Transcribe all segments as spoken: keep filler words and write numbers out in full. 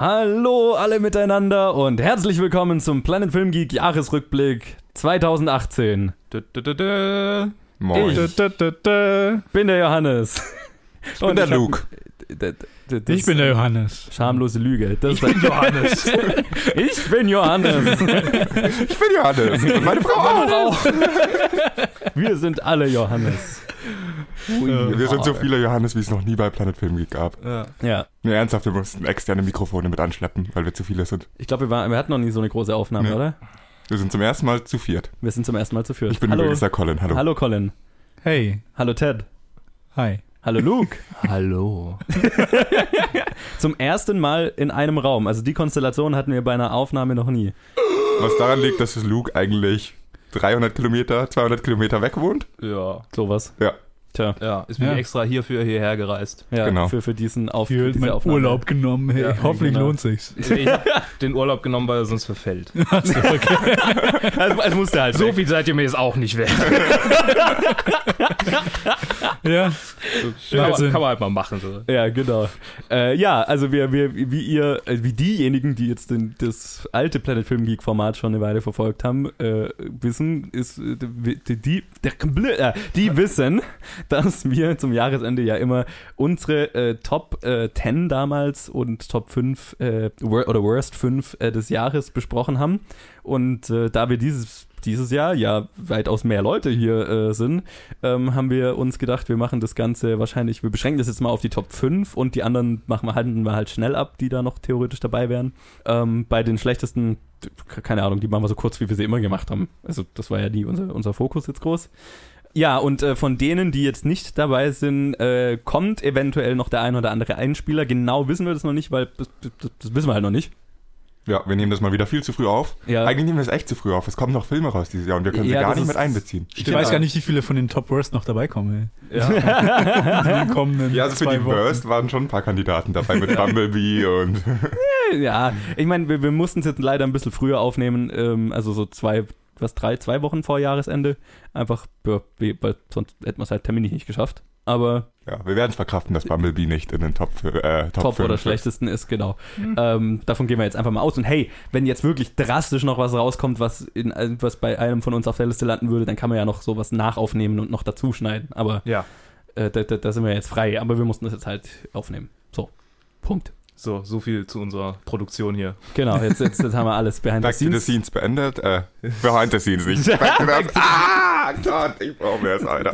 Hallo alle miteinander und herzlich willkommen zum Planet Film Geek Jahresrückblick zwanzig achtzehn. Dö, dö, dö, dö. Moin. Ich dö, dö, dö, bin der Johannes. Ich bin der Luke. Ich bin der Johannes. Schamlose Lüge. Das Ich bin Johannes. ich bin Johannes. Ich bin Johannes. Und meine Frau auch. Wir sind alle Johannes. Ui, wir sind so viele Johannes, wie es noch nie bei Planet Film Geek gab. Ja. Ja, Nee, ernsthaft, wir mussten externe Mikrofone mit anschleppen, weil wir zu viele sind. ich glaube, wir, waren- wir hatten noch nie so eine große Aufnahme, Nee. oder? Wir sind zum ersten Mal zu viert. Wir sind zum ersten Mal zu viert. Ich bin Hallo. übrigens der Colin. Hallo. Hallo Colin. Hey. Hallo Ted. Hi. Hallo Luke. Hallo. Zum ersten Mal in einem Raum. Also die Konstellation hatten wir bei einer Aufnahme noch nie. Was daran liegt, dass Luke eigentlich dreihundert Kilometer, zweihundert Kilometer weg wohnt. Ja. Sowas. Ja. Tja. Ja, ist mir Ja. extra hierfür hierher gereist. Ja, Genau. für, für diesen Auf Für diese meinen Aufnahme. Urlaub genommen. Hey. Ja, Hoffentlich genau. lohnt sich's. Ich hab den Urlaub genommen, weil er sonst verfällt. Also, also musste halt So weg. viel seid ihr mir jetzt auch nicht wert. Ja. Kann man, Wahnsinn. kann man halt mal machen. So. Ja, genau. Äh, ja, also wir, wir, wie ihr, äh, wie diejenigen, die jetzt den, das alte Planet Film Geek Format schon eine Weile verfolgt haben, äh, wissen, ist äh, die, die, der, äh, die wissen, dass wir zum Jahresende ja immer unsere äh, Top äh, zehn damals und Top fünf äh, wor- oder Worst fünf äh, des Jahres besprochen haben. Und äh, da wir dieses dieses Jahr ja weitaus mehr Leute hier äh, sind, ähm, haben wir uns gedacht, wir machen das Ganze wahrscheinlich, wir beschränken das jetzt mal auf die Top fünf und die anderen machen wir, halten wir halt schnell ab, die da noch theoretisch dabei wären. Ähm, bei den schlechtesten, keine Ahnung, die machen wir so kurz, wie wir sie immer gemacht haben. Also das war ja nie unser, unser Fokus jetzt groß. Ja, und äh, von denen, die jetzt nicht dabei sind, äh, kommt eventuell noch der ein oder andere Einspieler. Genau wissen wir das noch nicht, weil das, das, das wissen wir halt noch nicht. Ja, wir nehmen das mal wieder viel zu früh auf. Ja. Eigentlich nehmen wir es echt zu früh auf. Es kommen noch Filme raus dieses Jahr und wir können Ja, sie gar das nicht ist- mit einbeziehen. Ich Genau. weiß gar nicht, wie viele von den Top Worst noch dabei kommen. Ja. Ey. In den kommenden Ja, also für zwei die Wochen. Worst waren schon ein paar Kandidaten dabei mit Bumblebee und... Ja, ich meine, wir, wir mussten es jetzt leider ein bisschen früher aufnehmen, ähm, also so zwei, was, drei, zwei Wochen vor Jahresende. Einfach, ja, wie- weil sonst hätten wir es halt terminlich nicht geschafft. Aber Ja, wir werden es verkraften, dass Bumblebee nicht in den Top, äh, Top, Top fünf oder ist. schlechtesten ist, genau. Ähm, davon gehen wir jetzt einfach mal aus. Und hey, wenn jetzt wirklich drastisch noch was rauskommt, was, in, was bei einem von uns auf der Liste landen würde, dann kann man ja noch sowas nachaufnehmen und noch dazu schneiden. Aber Ja. äh, da, da, da sind wir jetzt frei. Aber wir mussten das jetzt halt aufnehmen. So, Punkt. So, so viel zu unserer Produktion hier. Genau, jetzt, jetzt, jetzt haben wir alles behind the Back to the scenes. Scenes beendet. Äh, behind the Scenes nicht. Back to the... Ah, Gott, ich brauche mehr, Alter.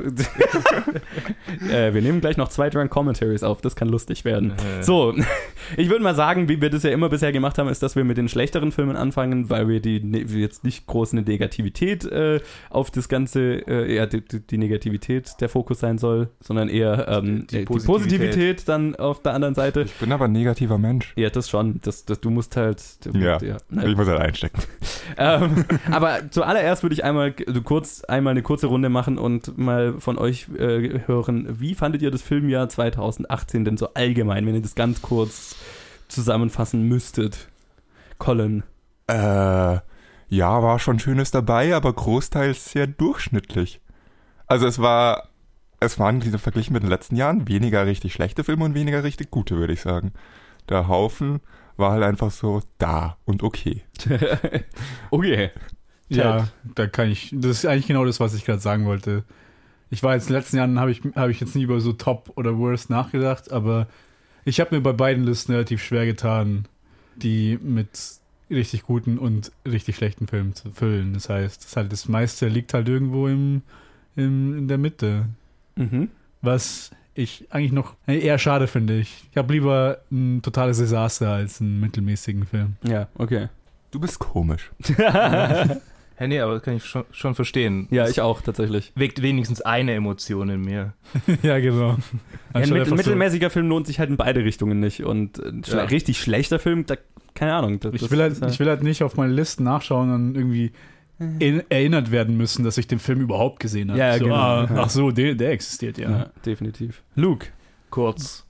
äh, wir nehmen gleich noch zwei Drunk Commentaries auf, das kann lustig werden. Äh. So, ich würde mal sagen, wie wir das ja immer bisher gemacht haben, ist, dass wir mit den schlechteren Filmen anfangen, weil wir die ne- jetzt nicht groß eine Negativität äh, auf das Ganze, äh, ja, die, die die Negativität der Fokus sein soll, sondern eher ähm, Die- die die, Positivität. Positivität dann auf der anderen Seite. Ich bin aber ein negativer Mensch. Ja, das schon. Das, das, du musst halt. Du, Ja. ne. Ich muss halt einstecken. ähm, aber zuallererst würde ich einmal also kurz einmal eine kurze Runde machen und mal von euch äh, hören, wie fandet ihr das Filmjahr zwanzig achtzehn denn so allgemein, wenn ihr das ganz kurz zusammenfassen müsstet? Colin. Äh, ja, war schon Schönes dabei, aber großteils sehr durchschnittlich. Also es war, es waren diese verglichen mit den letzten Jahren weniger richtig schlechte Filme und weniger richtig gute, würde ich sagen. Der Haufen war halt einfach so da und okay. Okay. Ja, da kann ich. Das ist eigentlich genau das, was ich gerade sagen wollte. Ich war jetzt in den letzten Jahren, habe ich, hab ich jetzt nie über so Top oder Worst nachgedacht, aber ich habe mir bei beiden Listen relativ schwer getan, die mit richtig guten und richtig schlechten Filmen zu füllen. Das heißt, das, halt das meiste liegt halt irgendwo im, im, in der Mitte. Mhm. Was ich eigentlich noch eher schade finde. Ich, ich habe lieber ein totales Desaster als einen mittelmäßigen Film. Ja, okay. Du bist komisch. Hä, nee, aber das kann ich schon, schon verstehen. Ja, Es ich auch tatsächlich. weckt wenigstens eine Emotion in mir. Ja, genau. Ja, ein Anstatt mittel, einfach so- mittelmäßiger Film lohnt sich halt in beide Richtungen nicht. Und ein schle- Ja. richtig schlechter Film, da, keine Ahnung. Das, Ich das will, halt, ist ja- ich will halt nicht auf meine Listen nachschauen und irgendwie in, erinnert werden müssen, dass ich den Film überhaupt gesehen habe. Ja, so, genau. ah, Ja. Ach so, der, der existiert, ja. ja, definitiv. Luke. Kurz.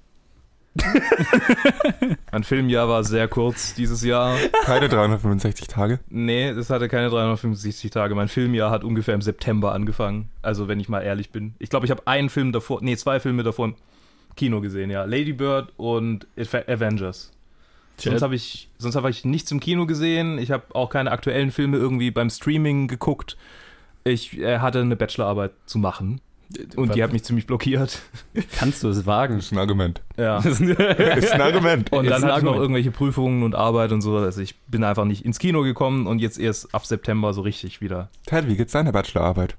Mein Filmjahr war sehr kurz dieses Jahr. Keine dreihundertfünfundsechzig Tage. Nee, das hatte keine dreihundertfünfundsiebzig Tage. Mein Filmjahr hat ungefähr im September angefangen. Also, wenn ich mal ehrlich bin. Ich glaube, ich habe einen Film davor, nee, zwei Filme davor im Kino gesehen, ja. Lady Bird und Avengers. Sonst habe ich, sonst habe ich nichts im Kino gesehen. Ich habe auch keine aktuellen Filme irgendwie beim Streaming geguckt. Ich äh, hatte eine Bachelorarbeit zu machen und die hat mich ziemlich blockiert. Kannst du es wagen? Das ist ein Argument. Ja. Das ist ein Argument. Und Ist dann ein hatte ich noch Argument. irgendwelche Prüfungen und Arbeit und so. Also ich bin einfach nicht ins Kino gekommen und jetzt erst ab September so richtig wieder. Ted, wie geht's deiner Bachelorarbeit?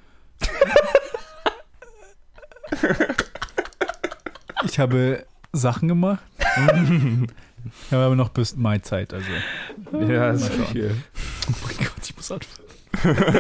Ich habe Sachen gemacht. Ich habe aber noch bis Mai Zeit, also. Ja, Mal schauen. Okay. Oh mein Gott, ich muss anfangen.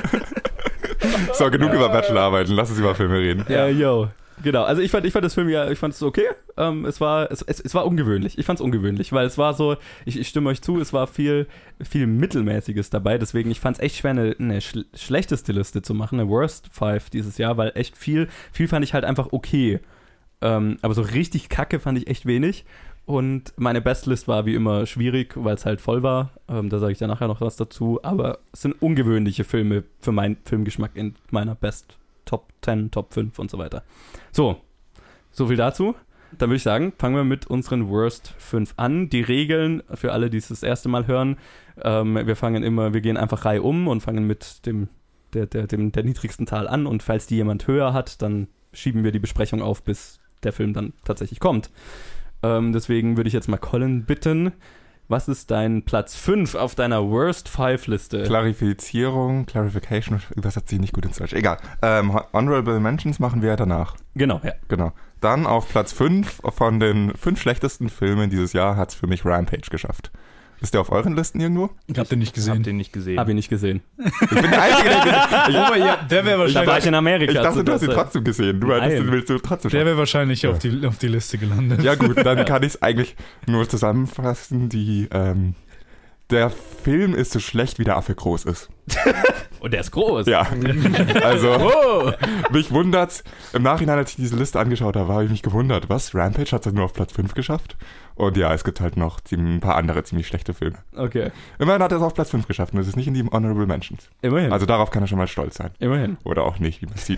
So, genug über Bachelorarbeiten. Lass uns über Filme reden. Ja, yo. Genau, also ich fand, ich fand das Film ja, ich fand es okay. Ähm, es war, es, es, es war ungewöhnlich. Ich fand es ungewöhnlich, weil es war so, ich, ich stimme euch zu, es war viel, viel Mittelmäßiges dabei. Deswegen, ich fand es echt schwer, eine, eine schl- schlechteste Liste zu machen, eine Worst Five dieses Jahr, weil echt viel, viel fand ich halt einfach okay. Ähm, aber so richtig kacke fand ich echt wenig. Und meine Bestlist war wie immer schwierig, weil es halt voll war. Ähm, da sage ich dann nachher noch was dazu. Aber es sind ungewöhnliche Filme für meinen Filmgeschmack in meiner Best Top zehn, Top fünf und so weiter. So, so viel dazu. Dann würde ich sagen, fangen wir mit unseren Worst fünf an. Die Regeln für alle, die es das erste Mal hören. Ähm, wir fangen immer, wir gehen einfach Reihe um und fangen mit dem der, der, dem, der niedrigsten Zahl an. Und falls die jemand höher hat, dann schieben wir die Besprechung auf, bis der Film dann tatsächlich kommt. Ähm, deswegen würde ich jetzt mal Colin bitten, was ist dein Platz fünf auf deiner Worst five Liste? Klarifizierung, Clarification, übersetze ich nicht gut ins Deutsch. Egal. Ähm, Honorable Mentions machen wir danach. Genau, ja. Genau. Dann auf Platz fünf von den fünf schlechtesten Filmen dieses Jahr hat es für mich Rampage geschafft. Ist der auf euren Listen irgendwo? Ich hab den nicht Ich gesehen. hab den nicht gesehen. Hab ich nicht gesehen. Ich bin der Einzige, der ich, Aber ja, der wäre Da war ich wahrscheinlich, in Amerika. ich dachte, also du hast ihn das, äh, trotzdem gesehen. Du hattest Nein. den willst du trotzdem der schauen. wäre wahrscheinlich Ja. auf, die, auf die Liste gelandet. Ja gut, dann kann ich es eigentlich nur zusammenfassen. Die, ähm, der Film ist so schlecht, wie der Affe groß ist. Und der ist groß. Ja, also Oh. mich wundert's. Im Nachhinein, als ich diese Liste angeschaut habe, habe ich mich gewundert. Was? Rampage hat es nur auf Platz fünf geschafft? Und ja, es gibt halt noch ein paar andere ziemlich schlechte Filme. Okay. Immerhin hat er es auf Platz fünf geschafft und es ist nicht in die Honorable Mentions. Immerhin. Also darauf kann er schon mal stolz sein. Immerhin. Oder auch nicht, wie man sieht.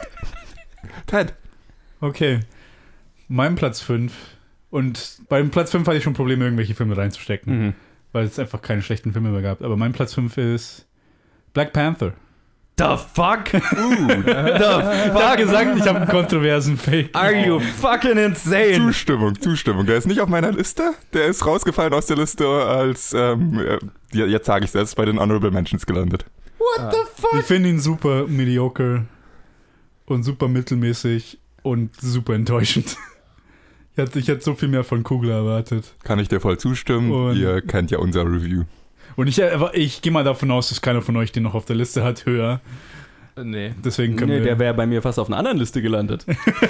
Ted. Okay. Mein Platz fünf. Und beim Platz fünf hatte ich schon Probleme, irgendwelche Filme reinzustecken, Mhm. weil es einfach keine schlechten Filme mehr gab. Aber mein Platz fünf ist Black Panther. The fuck? Uh, the Ich fuck? habe gesagt, ich habe einen kontroversen Fake. Are you fucking insane? Zustimmung, Zustimmung. Der ist nicht auf meiner Liste. Der ist rausgefallen aus der Liste als, ähm, äh, jetzt sage ich es, er ist bei den Honorable Mentions gelandet. What the fuck? Ich finde ihn super mediocre und super mittelmäßig und super enttäuschend. Ich hätte, ich hätte so viel mehr von Kugler erwartet. Kann ich dir voll zustimmen. Und- Ihr kennt ja unser Review. Und ich, ich gehe mal davon aus, dass keiner von euch den noch auf der Liste hat, höher. Nee. Deswegen können Nee, wir... der wäre bei mir fast auf einer anderen Liste gelandet.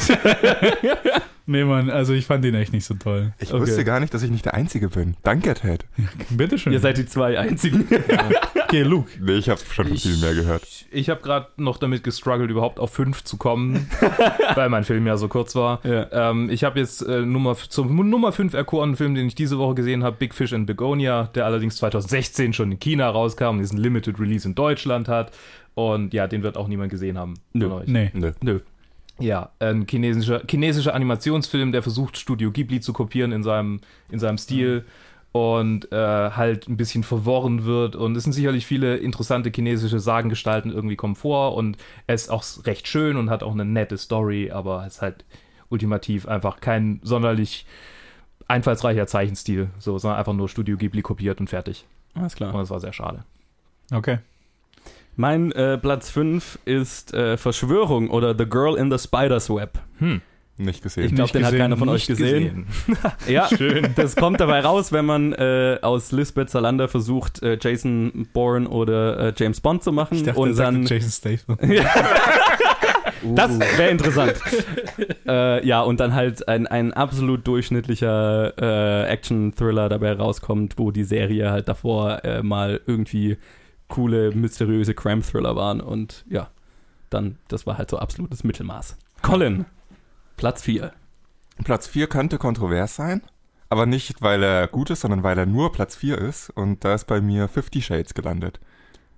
Nee, Mann, also ich fand den echt nicht so toll. Ich Okay. wusste gar nicht, dass ich nicht der Einzige bin. Danke, Ted. Bitteschön. Ihr seid die zwei einzigen. Okay, Luke. Nee, ich habe schon von viel mehr gehört. Ich, ich habe gerade noch damit gestruggelt, überhaupt auf fünf zu kommen, weil mein Film ja so kurz war. Ja. Ähm, ich habe jetzt äh, Nummer, zum Nummer fünf erkorenen Film, den ich diese Woche gesehen habe, Big Fish and Begonia, der allerdings zwanzig sechzehn schon in China rauskam und diesen Limited Release in Deutschland hat. Und ja, den wird auch niemand gesehen haben Nö. von euch. Nee. Nö. Nö. Ja, ein chinesischer, chinesischer Animationsfilm, der versucht, Studio Ghibli zu kopieren in seinem, in seinem Stil und äh, halt ein bisschen verworren wird. Und es sind sicherlich viele interessante chinesische Sagengestalten irgendwie kommen vor und es ist auch recht schön und hat auch eine nette Story, aber es ist halt ultimativ einfach kein sonderlich einfallsreicher Zeichenstil, so, sondern einfach nur Studio Ghibli kopiert und fertig. Alles klar. Und das war sehr schade. Okay. Mein äh, Platz fünf ist äh, Verschwörung oder The Girl in the Spider's Web. Hm. Nicht Ich gesehen. glaube, Nicht den hat gesehen, keiner von euch Nicht gesehen. Ja, Schön. das kommt dabei raus, wenn man äh, aus Lisbeth Salander versucht, äh, Jason Bourne oder äh, James Bond zu machen. Ich dachte, und er sagte dann Jason Statham. Das wäre interessant. äh, ja, und dann halt ein, ein absolut durchschnittlicher äh, Action-Thriller dabei rauskommt, wo die Serie halt davor äh, mal irgendwie coole, mysteriöse Crime-Thriller waren. Und ja, dann, das war halt so absolutes Mittelmaß. Colin, Platz vier. Platz vier könnte kontrovers sein, aber nicht, weil er gut ist, sondern weil er nur Platz vier ist. Und da ist bei mir Fifty Shades gelandet.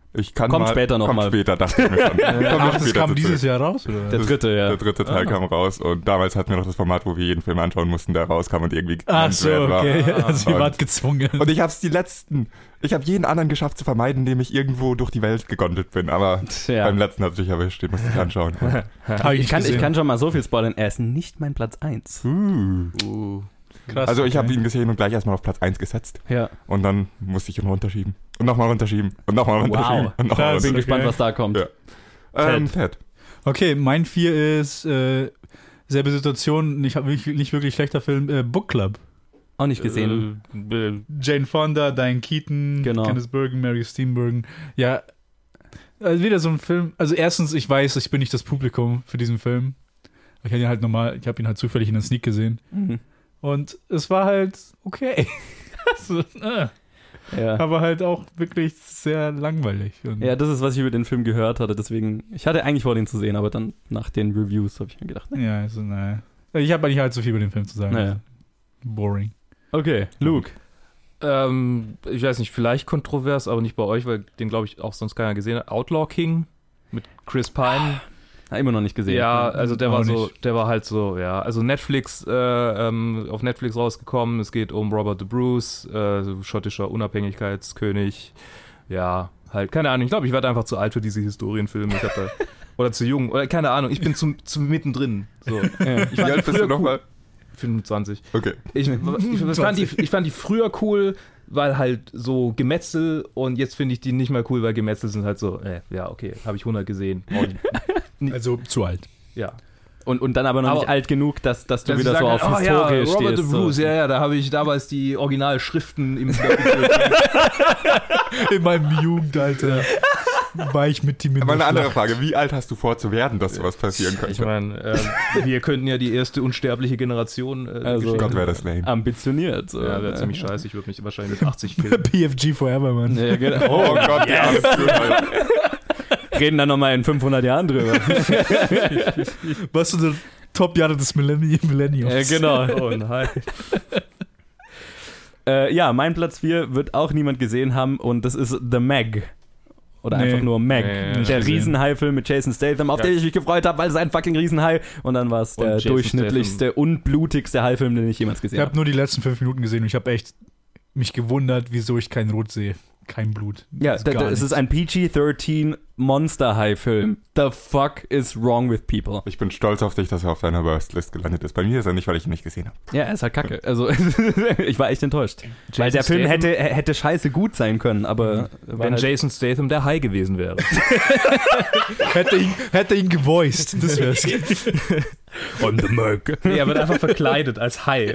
Ich kann Kommt mal, später noch kommt mal. später, dachte ich mir schon. Kommt Ach, noch das später kam dazu. dieses Jahr raus, oder? Der dritte, ja. Der dritte Teil Ah. kam raus und damals hatten wir noch das Format, wo wir jeden Film anschauen mussten, der rauskam und irgendwie Ach genannt so, wert war. okay. Also ihr Und- wart gezwungen. Und ich habe es die letzten, ich habe jeden anderen geschafft zu vermeiden, indem ich irgendwo durch die Welt gegondelt bin, aber Ja. beim letzten hat es mich erwischt, den musste ich anschauen. Hab Ich nicht kann, ich gesehen. kann schon mal so viel spoilern. Er ist nicht mein Platz eins. Uh. Uh. Krass, Also ich okay. habe ihn gesehen und gleich erstmal auf Platz eins gesetzt Ja. und dann musste ich ihn runterschieben und nochmal runterschieben und nochmal runterschieben Wow. und nochmal Krass. Ich bin runterschieben. gespannt, okay. was da kommt. Ja. Ähm, Ted. Okay, mein vier ist äh, selbe Situation, nicht, nicht wirklich schlechter Film, äh, Book Club. Auch nicht gesehen. Äh, äh, Jane Fonda, Diane Keaton, Genau. Candice Bergen, Mary Steenburgen. Ja, also wieder so ein Film. Also erstens, ich weiß, ich bin nicht das Publikum für diesen Film. Ich habe ihn halt normal, ich habe ihn halt zufällig in der Sneak gesehen. Mhm. Und es war halt okay. also, äh, Ja. aber halt auch wirklich sehr langweilig. Und Ja, das ist, was ich über den Film gehört hatte. Deswegen, ich hatte eigentlich vor, den zu sehen, aber dann nach den Reviews habe ich mir gedacht, ne. ja, also naja. Ich habe nicht allzu viel über den Film zu sagen. Naja. Boring. Okay, Luke. ähm, ich weiß nicht, vielleicht kontrovers, aber nicht bei euch, weil den, glaube ich, auch sonst keiner gesehen hat. Outlaw King mit Chris Pine. Ha, immer noch nicht gesehen. Ja, also der Auch war so, nicht. der war halt so, ja, also Netflix, äh, ähm, auf Netflix rausgekommen. Es geht um Robert the Bruce, äh, so schottischer Unabhängigkeitskönig. Ja, halt, keine Ahnung. Ich glaube, ich werde einfach zu alt für diese Historienfilme. Ich hab da, oder zu jung, oder keine Ahnung. Ich bin zu, zu mittendrin. So. Ja. Ich Wie alt bist du nochmal? fünfundzwanzig. Okay. Ich, ich, ich, fand die, ich fand die früher cool, weil halt so Gemetzel, und jetzt finde ich die nicht mehr cool, weil Gemetzel sind halt so, äh, ja, okay, habe ich hundert gesehen. Brauch ich- Also zu alt. Ja. Und, und dann aber noch Aber- nicht alt genug, dass, dass du Dass wieder ich so sagen auf kann, oh, Historie ja, Robert stehst. the Bruce, so. ja, ja, da habe ich damals die Originalschriften im In meinem Jugendalter war ich mit ihm in Aber der eine andere Schlacht. Frage, wie alt hast du vor zu werden, dass sowas passieren könnte? Ich meine, ähm, wir könnten ja die erste unsterbliche Generation äh, Also- geschehen. Gott, wäre das lame. Ambitioniert. So. Ja, wäre ziemlich scheiße. Ich würde mich wahrscheinlich mit achtzig killen. P F G Forever, Mann. Ja, genau. Oh Gott, ja, alles gut, Alter. Reden dann nochmal in fünfhundert Jahren drüber. Was sind die Top-Jahre des Millennium Millenniums? Ja, genau. Oh nein. Äh, ja, mein Platz vier wird auch niemand gesehen haben und das ist The Meg. Oder Nee. einfach nur Meg. Nee, nicht der gesehen. Riesenhai-Film mit Jason Statham, auf Ja. den ich mich gefreut habe, weil es ein fucking Riesenhai. Und dann war es Und der Jason durchschnittlichste und blutigste Hai-Film, den ich jemals Ich gesehen habe habe. nur die letzten fünf Minuten gesehen und ich habe echt mich gewundert, wieso ich kein Rot sehe. Kein Blut. Ja, Also da, gar da, es ist nichts. ein P G dreizehn Monster-Hai-Film. The fuck is wrong with people? Ich bin stolz auf dich, dass er auf deiner Worst-List gelandet ist. Bei mir ist er nicht, weil ich ihn nicht gesehen habe. Ja, er ist halt kacke. Also, ich war echt enttäuscht. Weil Jason der Film Statham- hätte, hätte scheiße gut sein können, aber. war Wenn halt- Jason Statham der Hai gewesen wäre. hätte, ihn, hätte ihn gevoiced. Das wär's. On the Meg. Nee, er wird einfach verkleidet als Hai.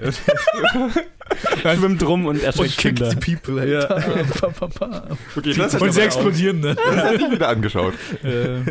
Schwimmt rum und Und erschreckt kickt Kinder. die People. Alter. Pa, pa, pa. Okay, das Und sie explodieren, ne? Das hätte ich wieder angeschaut. Äh,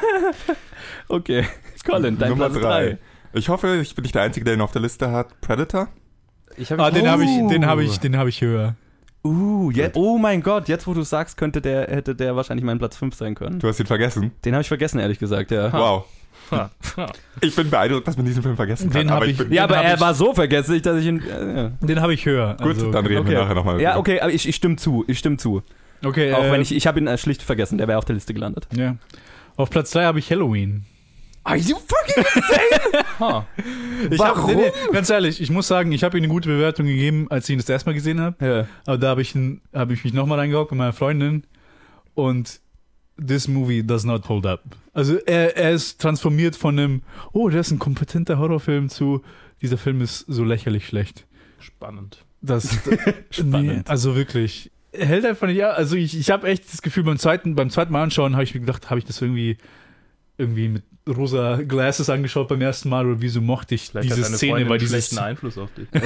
Okay. Colin, dein Nummer Platz drei. drei. Ich hoffe, ich bin nicht der Einzige, der ihn auf der Liste hat. Predator? Ich hab ah, den Oh. habe ich, den habe ich, den habe ich höher. Uh, je, oh mein Gott, jetzt wo du sagst, könnte der, hätte der wahrscheinlich mein Platz fünf sein können. Du hast ihn vergessen. Den habe ich vergessen, ehrlich gesagt, ja. Wow. Ha. Ha. Ich bin beeindruckt, dass man diesen Film vergessen kann. Den hab aber ich- bin, Ja, aber hab er ich- war so vergesslich, dass ich ihn. Äh, ja. Den habe ich höher. Gut, Also, dann reden okay. wir nachher nochmal. Ja, okay, aber ich, ich stimme zu, ich stimme zu. Okay, Auch äh, wenn ich, ich habe ihn äh, schlicht vergessen, der wäre auf der Liste gelandet. Ja. Auf Platz drei habe ich Halloween. Are you fucking insane? Ha. Ich Warum? Hab, nee, nee, ganz ehrlich, ich muss sagen, ich habe ihm eine gute Bewertung gegeben, als ich ihn das erste Mal gesehen habe. Ja. Aber da habe ich, ihn- hab ich mich nochmal reingehockt mit meiner Freundin und this movie does not hold up. Also er, er ist transformiert von einem, oh, der ist ein kompetenter Horrorfilm zu, dieser Film ist so lächerlich schlecht. Spannend. Das, Spannend. Nee, also wirklich. Er hält einfach nicht, ja, also ich, ich habe echt das Gefühl, beim zweiten, beim zweiten Mal anschauen, habe ich mir gedacht, habe ich das irgendwie, irgendwie mit rosa Glasses angeschaut beim ersten Mal oder wieso mochte ich Vielleicht diese hat deine Szene, Freundin weil einen dieses, schlechten Einfluss auf dich.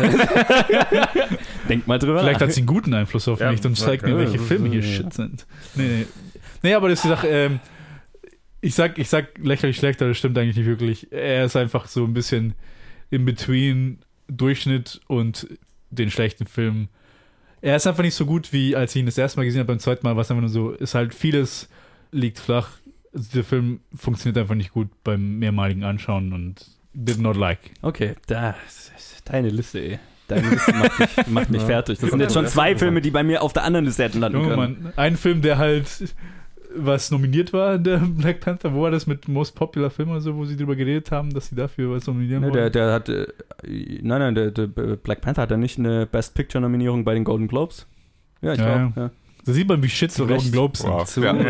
Denk mal drüber vielleicht nach. hat sie einen guten Einfluss auf Ja, mich und zeigt mir, okay. welche Filme hier Ja. shit sind. Nee, nee. Nee, aber das ist die Sache, ähm, ich sag, ich sag lächerlich schlecht, aber das stimmt eigentlich nicht wirklich. Er ist einfach so ein bisschen in between Durchschnitt und den schlechten Film. Er ist einfach nicht so gut, wie als ich ihn das erste Mal gesehen habe, beim zweiten Mal war es einfach nur so, ist halt vieles liegt flach. Also der Film funktioniert einfach nicht gut beim mehrmaligen Anschauen und did not like. Okay, da, deine Liste, ey. Deine Liste macht mich, macht mich fertig. Das sind jetzt schon zwei Filme, die bei mir auf der anderen Liste hätten landen Junge, können. Mann, ein Film, der halt was nominiert war, der Black Panther? Wo war das mit Most Popular Film oder so, wo sie drüber geredet haben, dass sie dafür was nominieren Ne, wollen? der, der hat, äh, nein, nein, der, der Black Panther hat ja nicht eine Best Picture Nominierung bei den Golden Globes. Ja, ich Ja, glaube. Ja. Da sieht man, wie shit so Golden Globes sind. Wow. Zu- Ja.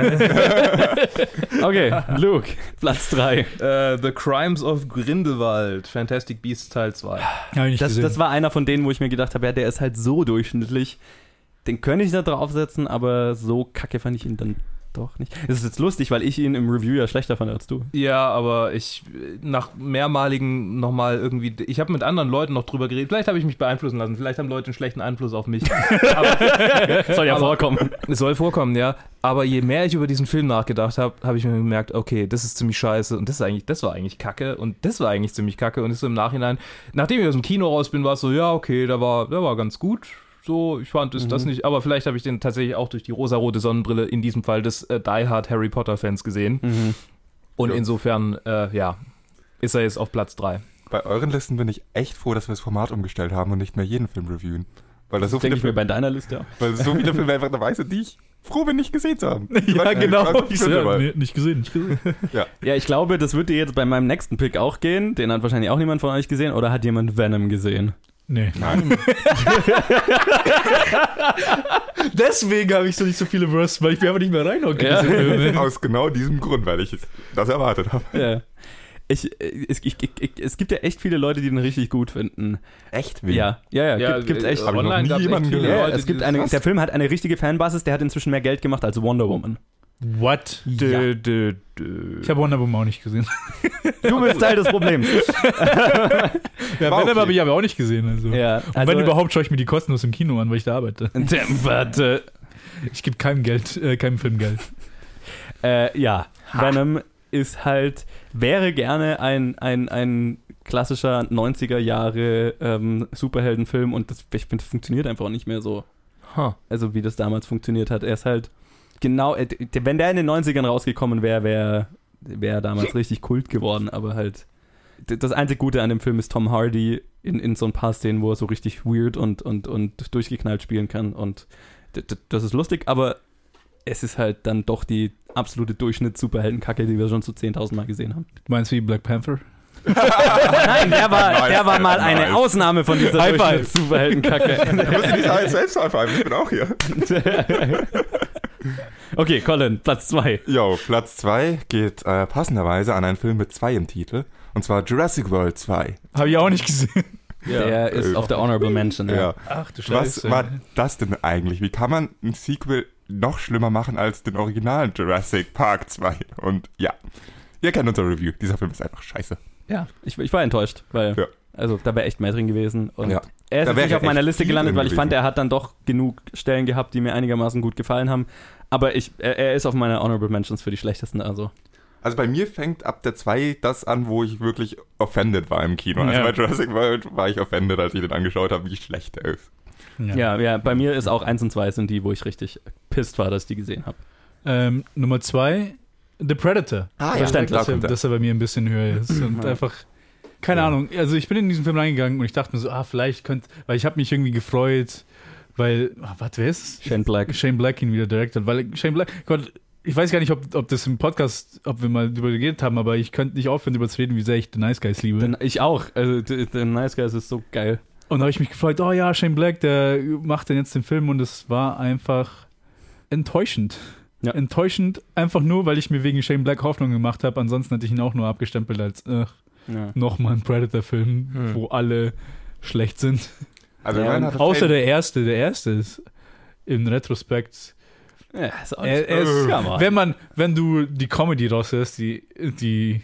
Okay, Luke, Platz drei. Äh, The Crimes of Grindelwald, Fantastic Beasts Teil zwei. Hab ich nicht Das, gesehen. das war einer von denen, wo ich mir gedacht habe, ja, der ist halt so durchschnittlich. Den könnte ich da draufsetzen, aber so kacke fand ich ihn dann doch nicht. Das ist jetzt lustig, weil ich ihn im Review ja schlechter fand als du. Ja, aber ich, nach mehrmaligen nochmal irgendwie, ich habe mit anderen Leuten noch drüber geredet, vielleicht habe ich mich beeinflussen lassen, vielleicht haben Leute einen schlechten Einfluss auf mich. aber, Soll ja aber- vorkommen. Es soll vorkommen, ja. Aber je mehr ich über diesen Film nachgedacht habe, habe ich mir gemerkt, okay, das ist ziemlich scheiße und das ist eigentlich, das war eigentlich kacke und das war eigentlich ziemlich kacke und ist so im Nachhinein, nachdem ich aus dem Kino raus bin, war es so, ja, okay, der war, der war ganz gut. So, ich fand es Mhm. das nicht, aber vielleicht habe ich den tatsächlich auch durch die rosarote Sonnenbrille in diesem Fall des äh, Die Hard Harry Potter Fans gesehen. Mhm. Und Ja. insofern, äh, ja, ist er jetzt auf Platz drei. Bei euren Listen bin ich echt froh, dass wir das Format umgestellt haben und nicht mehr jeden Film reviewen. Weil da so Denke viele ich mir Filme, bei deiner Liste auch. weil so viele Filme einfach dabei sind, die ich froh bin, nicht gesehen zu haben. ja, genau. Ich Ich so, bin ja, dabei. nee, nicht gesehen, nicht gesehen. Ja, ich glaube, das wird dir jetzt bei meinem nächsten Pick auch gehen. Den hat wahrscheinlich auch niemand von euch gesehen. Oder hat jemand Venom gesehen? Nee. Nein. Deswegen habe ich so nicht so viele Worst, weil ich mir einfach nicht mehr reinhocke. Ja. diese Filme. Aus genau diesem Grund, weil ich das erwartet habe. Ja. Ich, äh, es, ich, ich, ich, es gibt ja echt viele Leute, die den richtig gut finden. Echt? Ja, ja, ja, Ja, gibt, gibt's echt. äh, Hab ich noch online nie gab's echt jemanden viele gehört. Ja, Leute, es gibt die eine, das- der Film hat eine richtige Fanbasis, der hat inzwischen mehr Geld gemacht als Wonder Woman. What? Dö, dö, dö. Ich habe Wonder Woman auch nicht gesehen. Du bist Teil des Problems. Ja, War Venom okay. habe ich aber auch nicht gesehen. Also. Ja, Und wenn überhaupt, schaue ich mir die kostenlos im Kino an, weil ich da arbeite. Warte. Ich gebe keinem Geld, äh, keinem Film Geld. Äh, ja, Venom ist halt, wäre gerne ein, ein, ein klassischer neunziger Jahre ähm, Superheldenfilm und das, ich finde, das funktioniert einfach auch nicht mehr so. Huh. Also wie das damals funktioniert hat. Er ist halt genau, äh, der- wenn der in den neunzigern rausgekommen wäre, wäre wär er damals richtig Kult geworden, aber halt d- das einzige Gute an dem Film ist Tom Hardy in, in so ein paar Szenen, wo er so richtig weird und, und, und durchgeknallt spielen kann und d- d- das ist lustig, aber es ist halt dann doch die absolute Durchschnitts-Superheldenkacke, die wir schon so zehntausend Mal gesehen haben. Du meinst wie Black Panther? Nein, der war, der war mal eine Nice. Ausnahme von dieser High five. Durchschnitts-Superheldenkacke. Du musst dich nicht alles selbst anfangen, ich bin auch hier. Okay, Colin, Platz zwei. Jo, Platz zwei geht äh, passenderweise an einen Film mit zwei im Titel. Und zwar Jurassic World zwei. Habe ich auch nicht gesehen. Der ist Äh, auf der Honorable Mention. Ja. Ja. Ach du Was war das denn eigentlich? Wie kann man ein Sequel noch schlimmer machen als den originalen Jurassic Park zwei? Und ja, ihr kennt unser Review. Dieser Film ist einfach scheiße. Ja, ich, ich war enttäuscht, weil Ja. also da wäre echt mehr drin gewesen. Und Ja. er ist Da jetzt wäre nicht auf meiner echt Liste viel gelandet, drin weil ich fand, gewesen. er hat dann doch genug Stellen gehabt, die mir einigermaßen gut gefallen haben. Aber ich, er, er ist auf meiner Honorable Mentions für die schlechtesten. Also Also bei mir fängt ab der zwei das an, wo ich wirklich offended war im Kino. Also Ja. bei Jurassic World war ich offended, als ich den angeschaut habe, wie schlecht er ist. ja. ja, bei mir ist auch eins und zwei sind die, wo ich richtig pissed war, dass ich die gesehen habe. Ähm, Nummer zwei, The Predator. Ah, Verständlich. Dass er, dass er bei mir ein bisschen höher ist. Und Ja. einfach, keine Ja. Ahnung, also ich bin in diesen Film reingegangen und ich dachte mir so, ah, vielleicht könnte, weil ich habe mich irgendwie gefreut, weil, ah, warte, wer ist? Shane Black. Shane Black ihn wieder direkt hat, weil Shane Black, Gott, ich weiß gar nicht, ob, ob das im Podcast, ob wir mal drüber geredet haben, aber ich könnte nicht aufhören, darüber zu reden, wie sehr ich The Nice Guys liebe. Den, ich auch. Also der der Nice Guys ist so geil. Und da habe ich mich gefreut, oh ja, Shane Black, der macht dann jetzt den Film und es war einfach enttäuschend. Ja. Enttäuschend, einfach nur, weil ich mir wegen Shane Black Hoffnung gemacht habe. Ansonsten hätte ich ihn auch nur abgestempelt als äh, Ja. nochmal ein Predator-Film, Hm. wo alle schlecht sind. Also Ja, immerhin und hat Außer Shane- der erste. Der erste ist im Retrospekt. Ja, ist auch Er, er ist, Ja, Mann. wenn man, wenn du die Comedy raushörst, die, die,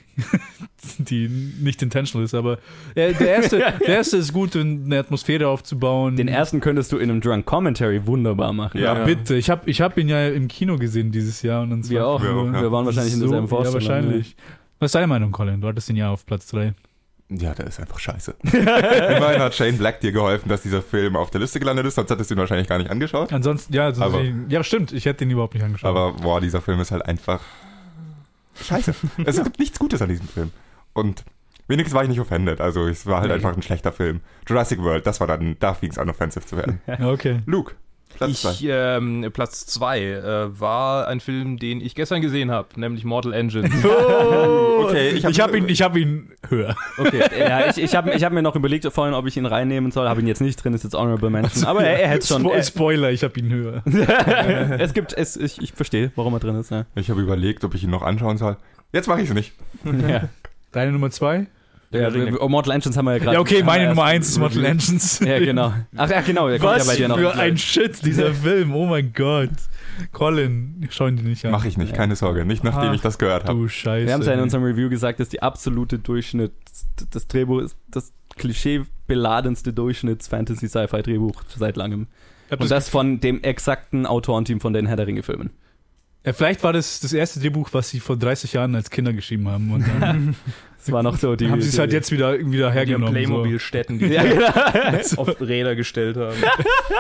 die nicht intentional ist, aber ja, der erste, der erste ist gut, um eine Atmosphäre aufzubauen. Den ersten könntest du in einem Drunk Commentary wunderbar machen. Ja, Ja. bitte. Ich habe ich hab ihn ja im Kino gesehen dieses Jahr. Und dann Wir war- auch. Wir auch, ja. Wir waren wahrscheinlich in so, derselben Ja, Vorstellung. wahrscheinlich. Was ist deine Meinung, Colin? Du hattest ihn ja auf Platz drei. Ja, der ist einfach scheiße. Immerhin hat Shane Black dir geholfen, dass dieser Film auf der Liste gelandet ist, sonst hättest du ihn wahrscheinlich gar nicht angeschaut. Ansonsten, ja, also Aber- ja, stimmt. Ich hätte ihn überhaupt nicht angeschaut. Aber boah, dieser Film ist halt einfach scheiße. Es gibt nichts Gutes an diesem Film. Und wenigstens war ich nicht offended, also es war halt Nee. einfach ein schlechter Film. Jurassic World, das war dann, da fing es an, offensive zu werden. ja, okay. Luke, Platz zwei. Ich, ähm, Platz zwei äh, war ein Film, den ich gestern gesehen habe, nämlich Mortal Engines. Oh, Okay, ich hab- ich habe ihn, ich hab ihn höher. Okay, ja, ich, ich habe ich hab mir noch überlegt vorhin, ob ich ihn reinnehmen soll. Habe ihn jetzt nicht drin, ist jetzt Honorable Mention. Aber er, er hätte schon. Spo Er, Spoiler, ich habe ihn höher. es gibt, es, ich, ich verstehe, warum er drin ist. Ja. Ich habe überlegt, ob ich ihn noch anschauen soll. Jetzt mache ich es nicht. Ja. Deine Nummer zwei? Ja, oh, Mortal Engines haben wir ja gerade. Ja, okay, meine haben wir Nummer erst eins ist Mortal reviewed. Engines. Ja, genau. Ach ja, genau, der kommt Was ja bei dir noch. für ein Shit, dieser Film. Oh mein Gott. Colin, schau ihn dir nicht an. Mache ich nicht, keine Sorge. Nicht nachdem Ah, ich das gehört habe. Du Scheiße. Wir haben es ja in unserem Review gesagt, dass die absolute Durchschnitt, das Drehbuch ist das klischeebeladenste Durchschnitts-Fantasy-Sci-Fi-Drehbuch seit langem. Ich hab Und das das von dem exakten Autorenteam von den Herr der Ringe-Filmen. Ja, vielleicht war das das erste Drehbuch, was sie vor dreißig Jahren als Kinder geschrieben haben. Und dann Das war noch so die. haben sie es halt jetzt wieder, wieder Die haben hergenommen. Playmobil-Städten, die Ja, sie genau. auf Räder gestellt haben. So.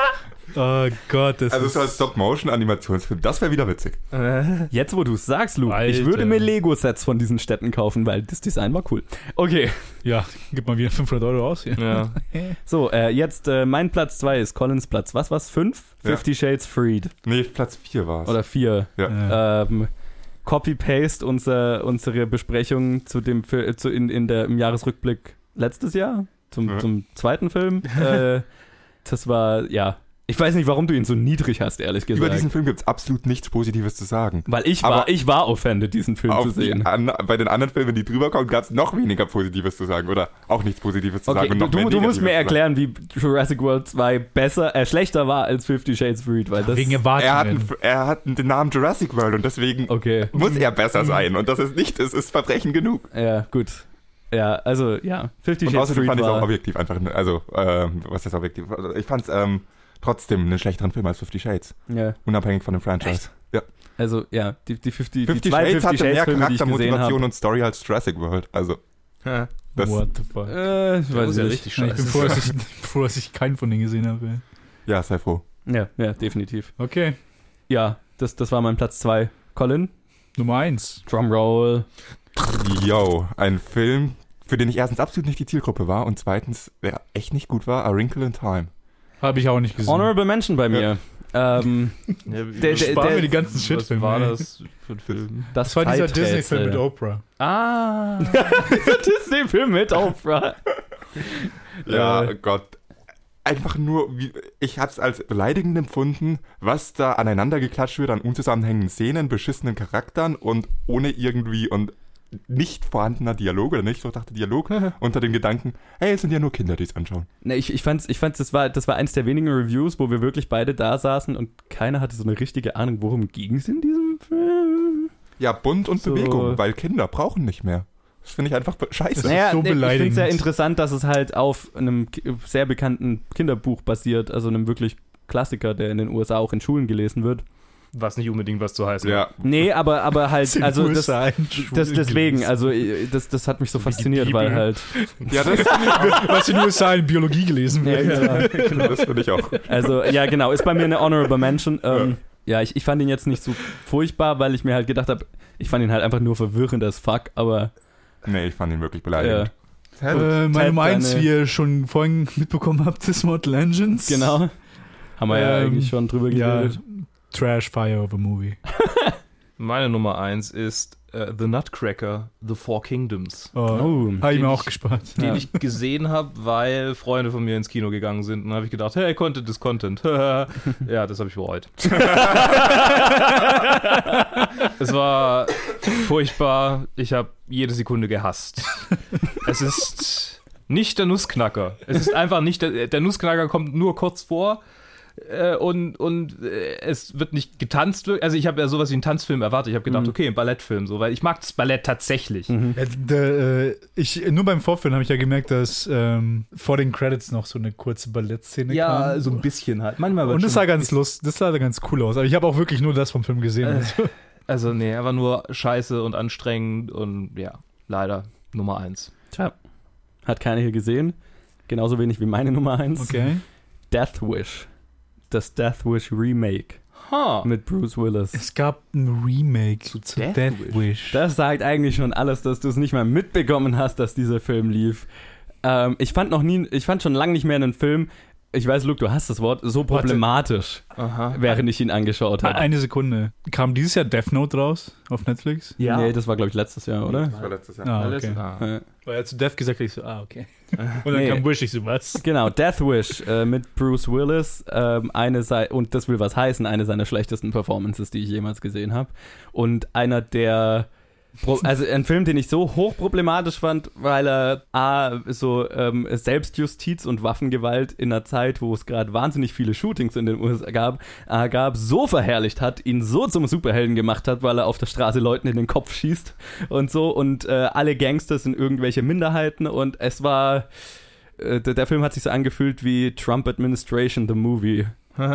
Oh Gott, das Also ist... so als Stop-Motion-Animationsfilm, das wäre wieder witzig. Jetzt, wo du es sagst, Luke, ich Alter. würde mir Lego-Sets von diesen Städten kaufen, weil das Design war cool. Okay, Ja, gib mal wieder fünfhundert Euro aus hier. Ja. so, äh, jetzt äh, mein Platz zwei ist Collins Platz. Was war's? Fünf? Ja. Fifty Shades Freed. Nee, Platz vier war es. Oder vier. Ja. Ähm, Copy-Paste unser, unsere Besprechung zu dem Fil- zu in, in der, im Jahresrückblick letztes Jahr, zum, Ja. zum zweiten Film. äh, das war, ja, ich weiß nicht, warum du ihn so niedrig hast, ehrlich gesagt. Über diesen Film gibt es absolut nichts Positives zu sagen. Weil ich war, Aber ich war offended, diesen Film Auf zu die sehen. an, bei den anderen Filmen, die drüber kommen, gab es noch weniger Positives zu sagen. Oder auch nichts Positives zu Okay, sagen. Und du, noch mehr du, du musst Negatives mir zu sagen. erklären, wie Jurassic World zwei besser, äh, schlechter war als Fifty Shades Freed, weil das... Wegen Er hat, Erwartungen. einen, er hat den Namen Jurassic World und deswegen Okay, muss er besser sein. Und das ist nicht, es ist Verbrechen genug. ja, gut. Ja, also, ja, Fifty Und Shades außerdem Freed fand ich es auch war... objektiv einfach, also, ähm, was ist objektiv? Also ich fand es ähm, trotzdem einen schlechteren Film als Fifty Shades. Ja, Unabhängig von dem Franchise. Ja. also, ja, die, die fifty, Fifty die zwei Shades Fifty hatte mehr Shades Filme, die ich Charakter, gesehen Motivation habe. und Story als Jurassic World. Also, Ja. das, What the fuck? Äh, ich Der weiß muss ja nicht. richtig Ja, ich bin scheiße froh, dass sein. ich, froh, dass ich keinen von denen gesehen habe. ja, sei froh. Ja, ja, definitiv. Okay, Ja, das, das war mein Platz zwei. Colin, Nummer eins. Drumroll. Yo, ein Film, für den ich erstens absolut nicht die Zielgruppe war und zweitens, der echt nicht gut war, A Wrinkle in Time. Habe ich auch nicht gesehen. Honorable Mention bei mir. Ähm, Ja, Der- der- Sparen der- wir die ganzen Was Shitfilme. war ey. das für ein Film? das, Das war dieser Zeiträtsel. Disney-Film mit Oprah. Ah. Dieser Disney-Film mit Oprah. Ja, Äh. Gott. Einfach nur, wie, ich hab's als beleidigend empfunden, was da aneinander geklatscht wird an unzusammenhängenden Szenen, beschissenen Charakteren und ohne irgendwie und nicht vorhandener Dialog oder nicht durchdachter Dialog unter dem Gedanken, hey, es sind ja nur Kinder, die es anschauen. Ne, ich, ich fand's, ich fand's, das war, das war eins der wenigen Reviews, wo wir wirklich beide da saßen und keiner hatte so eine richtige Ahnung, worum ging es in diesem Film. Ja, bunt und So. Bewegung, weil Kinder brauchen nicht mehr. Das finde ich einfach be- scheiße. Das Naja, ist so ne, ich finde es beleidigend. sehr interessant, dass es halt auf einem ki- sehr bekannten Kinderbuch basiert, also einem wirklich Klassiker, der in den U S A auch in Schulen gelesen wird. Was nicht unbedingt was zu heißen Ja, Nee, aber, aber halt, Sind also das, U S A in das Schulen deswegen, gelesen. also äh, das, das hat mich so So wie die fasziniert, Bibel. weil halt, ja das, Was in den U S A in Biologie gelesen wird. das finde ich auch. also ja genau, ist bei mir eine Honorable Mention. Ähm, ja, ich, ich fand ihn jetzt nicht so furchtbar, weil ich mir halt gedacht habe, ich fand ihn halt einfach nur verwirrend as fuck, aber Nee, ich fand ihn wirklich ja, beleidigend. Sehr gut. Äh, meine Ted, Nummer eins, deine- wie ihr schon vorhin mitbekommen habt, ist Mortal Engines. genau. Haben wir ja Ähm, eigentlich schon drüber Ja, geredet. Trash Fire of a Movie. Meine Nummer eins ist äh, The Nutcracker, The Four Kingdoms. Oh, Oh, habe ich den mir auch ich- gespart. Den Ja. ich gesehen habe, weil Freunde von mir ins Kino gegangen sind. Und dann habe ich gedacht, hey, Content ist Content. Ja, das habe ich bereut. Es war furchtbar. Ich habe jede Sekunde gehasst. Es ist nicht der Nussknacker. Es ist einfach nicht der, der Nussknacker kommt nur kurz vor. Äh, und und äh, es wird nicht getanzt. Also ich habe ja sowas wie einen Tanzfilm erwartet. Ich habe gedacht, Mhm. okay, ein Ballettfilm, so, weil ich mag das Ballett tatsächlich. Mhm. Ja, der, äh, ich, nur beim Vorfilm habe ich ja gemerkt, dass ähm, vor den Credits noch so eine kurze Ballettszene Ja, kam. so ein bisschen halt. Manchmal Und wird das schon- sah ganz lust, das sah ganz cool aus. Aber ich habe auch wirklich nur das vom Film gesehen. Äh. Also, Also nee, einfach nur scheiße und anstrengend und ja, leider Nummer eins. Tja, hat keiner hier gesehen. Genauso wenig wie meine Nummer eins. okay. Death Wish. Das Death Wish Remake Ha. mit Bruce Willis. Es gab ein Remake zu, Death Death, Wish. Wish. Das sagt eigentlich schon alles, dass du es nicht mal mitbekommen hast, dass dieser Film lief. Ähm, ich fand noch nie, ich fand schon lange nicht mehr einen Film ich weiß, Luke, du hast das Wort, so problematisch, Aha. während ich ihn angeschaut habe. Eine Sekunde. Kam dieses Jahr Death Note raus auf Netflix? Ja. Nee, das war, glaube ich, letztes Jahr, oder? Das war letztes Jahr. Ah, okay. Ah. Ja. Weil er zu Death gesagt hat, ich so, ah, okay. Und dann Nee. kam Wish, ich so, was? Genau, Death Wish äh, mit Bruce Willis, ähm, eine sei- und das will was heißen, eine seiner schlechtesten Performances, die ich jemals gesehen habe. Und einer der, Pro- also ein Film, den ich so hochproblematisch fand, weil er A, so ähm, Selbstjustiz und Waffengewalt in einer Zeit, wo es gerade wahnsinnig viele Shootings in den U S A gab, äh, gab, so verherrlicht hat, ihn so zum Superhelden gemacht hat, weil er auf der Straße Leuten in den Kopf schießt und so, und äh, alle Gangster sind irgendwelche Minderheiten, und es war, äh, der, der Film hat sich so angefühlt wie Trump Administration, the movie.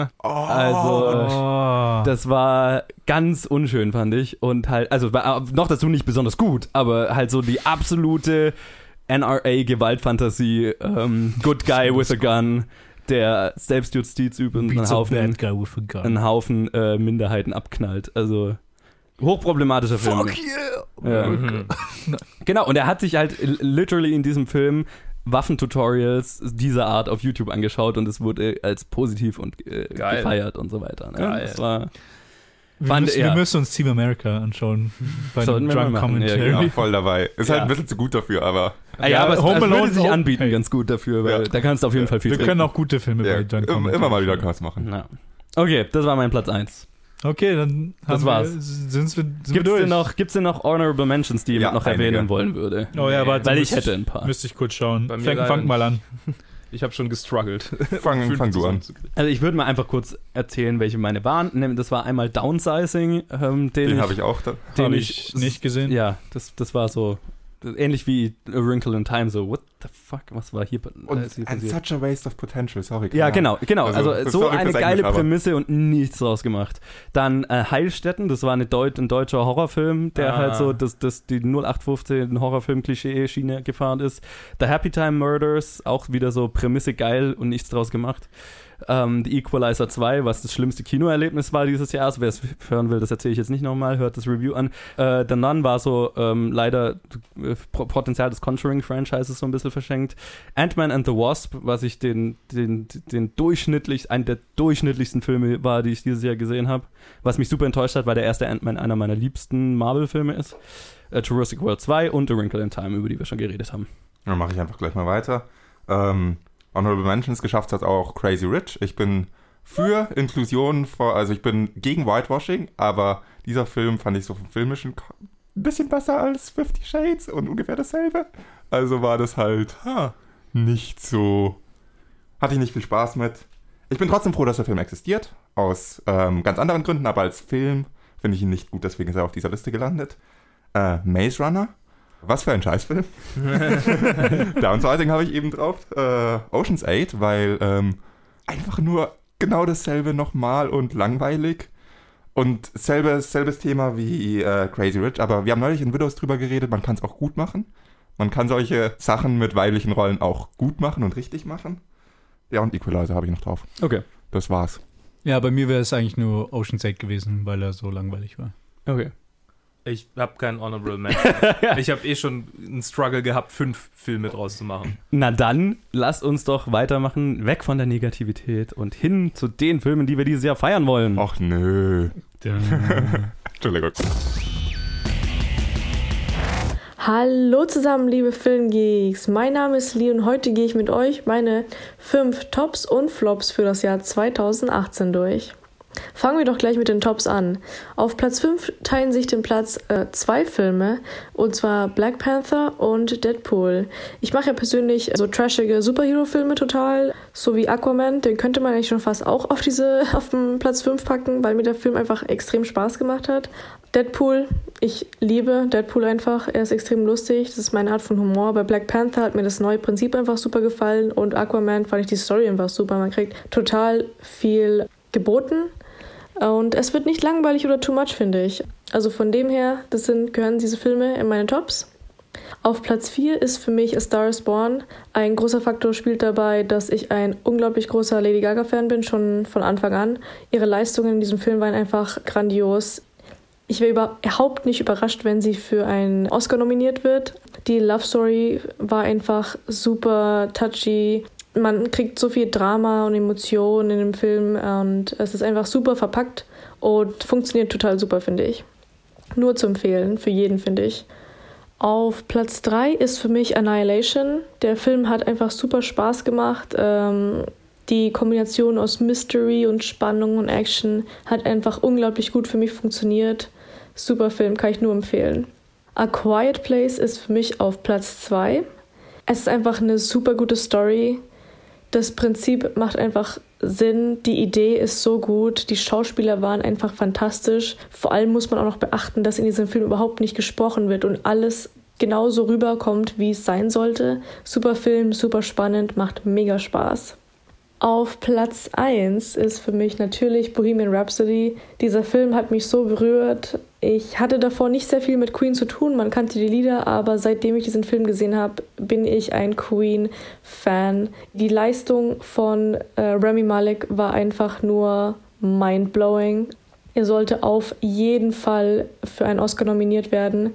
Also, Oh. das war ganz unschön, fand ich. Und halt, also war noch dazu nicht besonders gut, aber halt so die absolute N R A-Gewaltfantasie, ähm, Good Guy with a Gun, der Selbstjustiz übt und einen Beats a Haufen, bad guy with a gun. einen Haufen äh, Minderheiten abknallt. Also hochproblematischer Film. Fuck yeah! Ja. Mhm. Genau, und er hat sich halt literally in diesem Film Waffentutorials dieser Art auf YouTube angeschaut, und es wurde als positiv und äh, Geil. gefeiert und so weiter. Ne? Geil. Das war, Wir, Fand- müssen, ja. wir müssen uns Team America anschauen. Bei Sollten dem wir mal Drunk machen, ja, Commentary. genau. Ja, voll dabei. Ist halt Ja. ein bisschen zu gut dafür, aber ah, ja, Ja, aber es, Home es würde Alone sich auch- anbieten hey. ganz gut dafür, weil Ja. da kannst du auf jeden Fall viel Wir trinken. können auch gute Filme ja, bei Drunk im- Commentary immer mal wieder schauen. was machen. Ja. Okay, das war mein Platz eins. Okay, dann Das haben war's. Wir, sind wir, sind wir Gibt es durch. denn noch, gibt's denn noch Honorable Mentions, die jemand Ja, noch einige. erwähnen wollen würde? Oh ja, warte. Weil ich müsste hätte ein paar. Müsste ich kurz schauen. Bei mir Fang, leider fang mal an. Ich habe schon gestruggelt. Fang, fang du an. Also ich würde mal einfach kurz erzählen, welche meine waren. Nämlich, das war einmal Downsizing, ähm, den, Den ich, habe ich auch da. den Habe ich ich nicht gesehen. Ja, das, das war so ähnlich wie A Wrinkle in Time, so what the fuck, was war hier, Und äh, ist hier and passiert? such a waste of potential, sorry. Ja, genau, genau. Also, Also, so sorry eine fürs geile Englisch, aber- Prämisse und nichts draus gemacht. Dann äh, Heilstätten, das war eine Deut ein deutscher Horrorfilm, der Ah. halt so das, das, die null acht fünfzehn Horrorfilm-Klischee-Schiene gefahren ist. The Happy Time Murders, auch wieder so Prämisse geil und nichts draus gemacht. Ähm, The Equalizer zwei, was das schlimmste Kinoerlebnis war dieses Jahr. Also wer es hören will, das erzähle ich jetzt nicht nochmal, hört das Review an. Äh, The Nun war so ähm, leider äh, Potenzial des Conjuring-Franchises so ein bisschen verschenkt. Ant-Man and the Wasp, was ich den, den, den durchschnittlich, einen der durchschnittlichsten Filme war, die ich dieses Jahr gesehen habe. Was mich super enttäuscht hat, weil der erste Ant-Man einer meiner liebsten Marvel-Filme ist. Äh, Jurassic World zwei und A Wrinkle in Time, über die wir schon geredet haben. Dann mache ich einfach gleich mal weiter. Ähm, Honorable Mentions geschafft hat auch Crazy Rich. Ich bin für Inklusion, vor, also ich bin gegen Whitewashing, aber dieser Film fand ich so vom Filmischen ko- ein bisschen besser als Fifty Shades und ungefähr dasselbe. Also war das halt ha, nicht so, hatte ich nicht viel Spaß mit. Ich bin trotzdem froh, dass der Film existiert, aus ähm, ganz anderen Gründen, aber als Film finde ich ihn nicht gut, deswegen ist er auf dieser Liste gelandet. Äh, Maze Runner. Was für ein Scheißfilm. Downsizing habe ich eben drauf. Äh, Ocean's Eight, weil ähm, einfach nur genau dasselbe nochmal und langweilig. Und selbe, selbes Thema wie äh, Crazy Rich. Aber wir haben neulich in Widows drüber geredet, man kann es auch gut machen. Man kann solche Sachen mit weiblichen Rollen auch gut machen und richtig machen. Ja, und Equalizer habe ich noch drauf. Okay. Das war's. Ja, bei mir wäre es eigentlich nur Ocean's Eight gewesen, weil er so langweilig war. Okay. Ich habe keinen Honorable Mention. Ich habe eh schon einen Struggle gehabt, fünf Filme draus zu machen. Na dann, lasst uns doch weitermachen, weg von der Negativität und hin zu den Filmen, die wir dieses Jahr feiern wollen. Ach nö. Entschuldigung. Hallo zusammen, liebe Filmgeeks. Mein Name ist Lee und heute gehe ich mit euch meine fünf Tops und Flops für das Jahr zweitausendachtzehn durch. Fangen wir doch gleich mit den Tops an. Auf Platz fünf teilen sich den Platz äh, zwei Filme, und zwar Black Panther und Deadpool. Ich mache ja persönlich so trashige Superhero-Filme total, so wie Aquaman. Den könnte man eigentlich schon fast auch auf, diese, auf den Platz fünf packen, weil mir der Film einfach extrem Spaß gemacht hat. Deadpool, ich liebe Deadpool einfach. Er ist extrem lustig, das ist meine Art von Humor. Bei Black Panther hat mir das neue Prinzip einfach super gefallen und Aquaman fand ich die Story einfach super. Man kriegt total viel geboten. Und es wird nicht langweilig oder too much, finde ich. Also von dem her, das sind, gehören diese Filme in meine Tops. Auf Platz vier ist für mich A Star is Born. Ein großer Faktor spielt dabei, dass ich ein unglaublich großer Lady Gaga-Fan bin, schon von Anfang an. Ihre Leistungen in diesem Film waren einfach grandios. Ich wäre überhaupt nicht überrascht, wenn sie für einen Oscar nominiert wird. Die Love Story war einfach super touchy. Man kriegt so viel Drama und Emotionen in dem Film und es ist einfach super verpackt und funktioniert total super, finde ich. Nur zu empfehlen, für jeden, finde ich. Auf Platz drei ist für mich Annihilation. Der Film hat einfach super Spaß gemacht. Ähm, die Kombination aus Mystery und Spannung und Action hat einfach unglaublich gut für mich funktioniert. Super Film, kann ich nur empfehlen. A Quiet Place ist für mich auf Platz zwei. Es ist einfach eine super gute Story. Das Prinzip macht einfach Sinn. Die Idee ist so gut. Die Schauspieler waren einfach fantastisch. Vor allem muss man auch noch beachten, dass in diesem Film überhaupt nicht gesprochen wird und alles genauso rüberkommt, wie es sein sollte. Super Film, super spannend, macht mega Spaß. Auf Platz eins ist für mich natürlich Bohemian Rhapsody. Dieser Film hat mich so berührt. Ich hatte davor nicht sehr viel mit Queen zu tun, man kannte die Lieder, aber seitdem ich diesen Film gesehen habe, bin ich ein Queen-Fan. Die Leistung von äh, Rami Malek war einfach nur mindblowing. Er sollte auf jeden Fall für einen Oscar nominiert werden.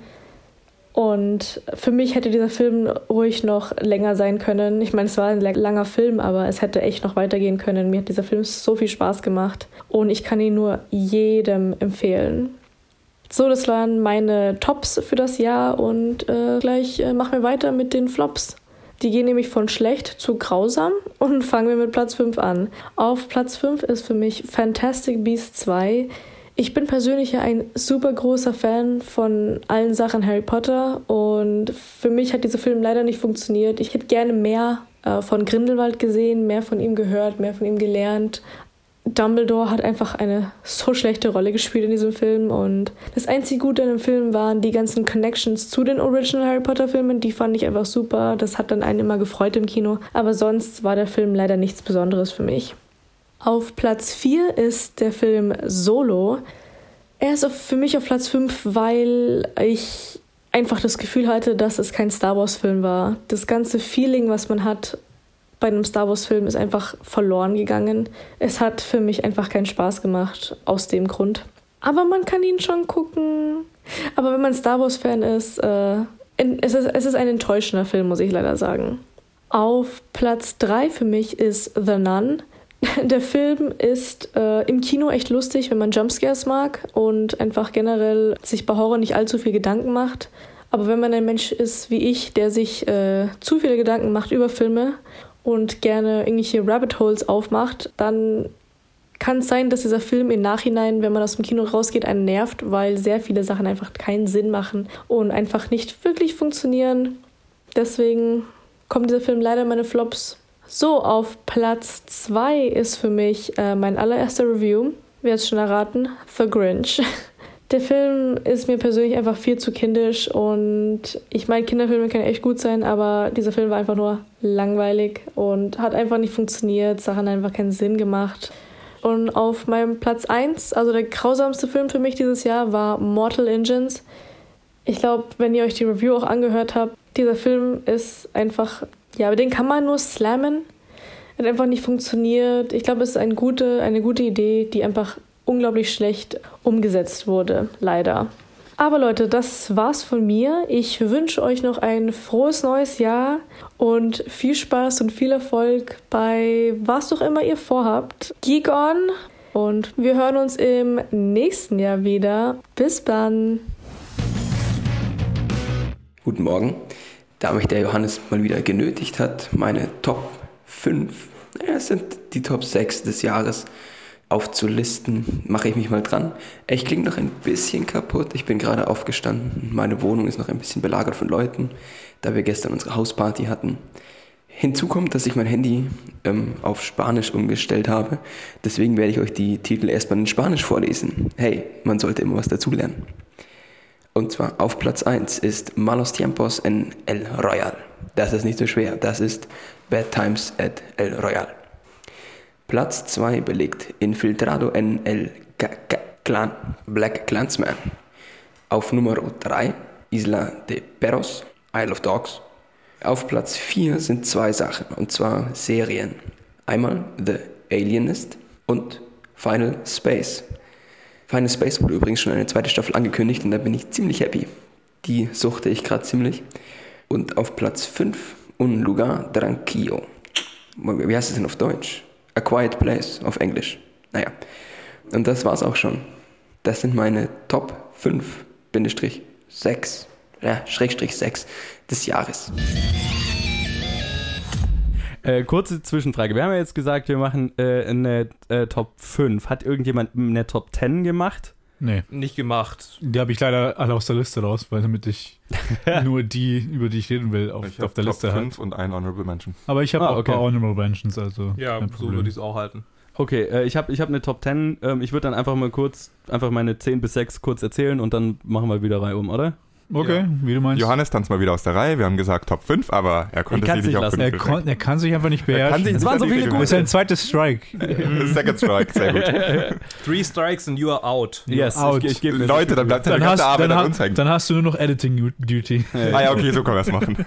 Und für mich hätte dieser Film ruhig noch länger sein können. Ich meine, es war ein langer Film, aber es hätte echt noch weitergehen können. Mir hat dieser Film so viel Spaß gemacht und ich kann ihn nur jedem empfehlen. So, das waren meine Tops für das Jahr und äh, gleich äh, machen wir weiter mit den Flops. Die gehen nämlich von schlecht zu grausam und fangen wir mit Platz fünf an. Auf Platz fünf ist für mich Fantastic Beasts zwei. Ich bin persönlich ja ein super großer Fan von allen Sachen Harry Potter und für mich hat dieser Film leider nicht funktioniert. Ich hätte gerne mehr äh, von Grindelwald gesehen, mehr von ihm gehört, mehr von ihm gelernt. Dumbledore hat einfach eine so schlechte Rolle gespielt in diesem Film und das einzige Gute an dem Film waren die ganzen Connections zu den Original Harry Potter Filmen, die fand ich einfach super. Das hat dann einen immer gefreut im Kino, aber sonst war der Film leider nichts Besonderes für mich. Auf Platz vier ist der Film Solo. Er ist für mich auf Platz fünf, weil ich einfach das Gefühl hatte, dass es kein Star Wars Film war. Das ganze Feeling, was man hat bei einem Star Wars Film, ist einfach verloren gegangen. Es hat für mich einfach keinen Spaß gemacht, aus dem Grund. Aber man kann ihn schon gucken. Aber wenn man Star Wars Fan ist, äh, es ist, es ist ein enttäuschender Film, muss ich leider sagen. Auf Platz drei für mich ist The Nun. Der Film ist äh, im Kino echt lustig, wenn man Jumpscares mag und einfach generell sich bei Horror nicht allzu viel Gedanken macht. Aber wenn man ein Mensch ist wie ich, der sich äh, zu viele Gedanken macht über Filme und gerne irgendwelche Rabbit Holes aufmacht, dann kann es sein, dass dieser Film im Nachhinein, wenn man aus dem Kino rausgeht, einen nervt, weil sehr viele Sachen einfach keinen Sinn machen und einfach nicht wirklich funktionieren. Deswegen kommt dieser Film leider in meine Flops. So, auf Platz zwei ist für mich äh, mein allererster Review. Wer hat es schon erraten? The Grinch. Der Film ist mir persönlich einfach viel zu kindisch und ich meine, Kinderfilme können echt gut sein, aber dieser Film war einfach nur langweilig und hat einfach nicht funktioniert. Sachen haben einfach keinen Sinn gemacht. Und auf meinem Platz eins, also der grausamste Film für mich dieses Jahr, war Mortal Engines. Ich glaube, wenn ihr euch die Review auch angehört habt, dieser Film ist einfach... Ja, aber den kann man nur slammen. Hat einfach nicht funktioniert. Ich glaube, es ist eine gute, eine gute Idee, die einfach unglaublich schlecht umgesetzt wurde, leider. Aber Leute, das war's von mir. Ich wünsche euch noch ein frohes neues Jahr und viel Spaß und viel Erfolg bei was auch immer ihr vorhabt. Geek on! Und wir hören uns im nächsten Jahr wieder. Bis dann! Guten Morgen. Da mich der Johannes mal wieder genötigt hat, meine Top fünf, ja, es sind die Top sechs des Jahres, aufzulisten, mache ich mich mal dran. Ich klinge noch ein bisschen kaputt, ich bin gerade aufgestanden, meine Wohnung ist noch ein bisschen belagert von Leuten, da wir gestern unsere Hausparty hatten. Hinzu kommt, dass ich mein Handy ähm, auf Spanisch umgestellt habe, deswegen werde ich euch die Titel erstmal in Spanisch vorlesen. Hey, man sollte immer was dazulernen. Und zwar auf Platz eins ist Malos Tiempos en El Royal. Das ist nicht so schwer, das ist Bad Times at El Royal. Platz zwei belegt Infiltrado en El Clan, Black Clansman. Auf Nummer drei Isla de Perros, Isle of Dogs. Auf Platz vier sind zwei Sachen, und zwar Serien. Einmal The Alienist und Final Space. Final Space wurde übrigens schon eine zweite Staffel angekündigt und da bin ich ziemlich happy. Die suchte ich gerade ziemlich. Und auf Platz fünf Un Lugar Tranquilo. wie heißt es denn auf Deutsch? A Quiet Place auf Englisch. Naja, und das war's auch schon. Das sind meine Top fünf, sechs, ja, Schrägstrich sechs des Jahres. Äh, kurze Zwischenfrage. Wir haben ja jetzt gesagt, wir machen äh, eine äh, Top fünf. Hat irgendjemand eine Top zehn gemacht? Nee. Nicht gemacht. Die habe ich leider alle aus der Liste raus, weil damit ich nur die, über die ich reden will, auf, Ich auf hab der Top Liste fünf halt. und ein Honorable Mention. Aber ich habe Ah, auch okay. ein paar Honorable Mentions, also Ja, kein so Problem. würde ich es auch halten. Okay, äh, ich habe ich hab eine Top zehn. Ähm, ich würde dann einfach mal kurz, einfach meine zehn bis sechs kurz erzählen und dann machen wir wieder Reihe um, oder? Okay, Ja. wie du meinst. Johannes tanzt mal wieder aus der Reihe. Wir haben gesagt Top fünf, aber er konnte Ich kann's sie nicht nicht auf lassen. fünf er, kon, er kann sich einfach nicht Er kann beherrschen. sich Es waren so viele Das ist ein zweites Strike. Second Strike, sehr gut. Three strikes and you are out. Yes, out. ich, ich gebe mir Leute, dann bleibt seine Dann hast, ganze Arbeit dann, an ha- uns hängen. dann hast du nur noch Editing Duty. Ah ja, okay, so können wir es machen.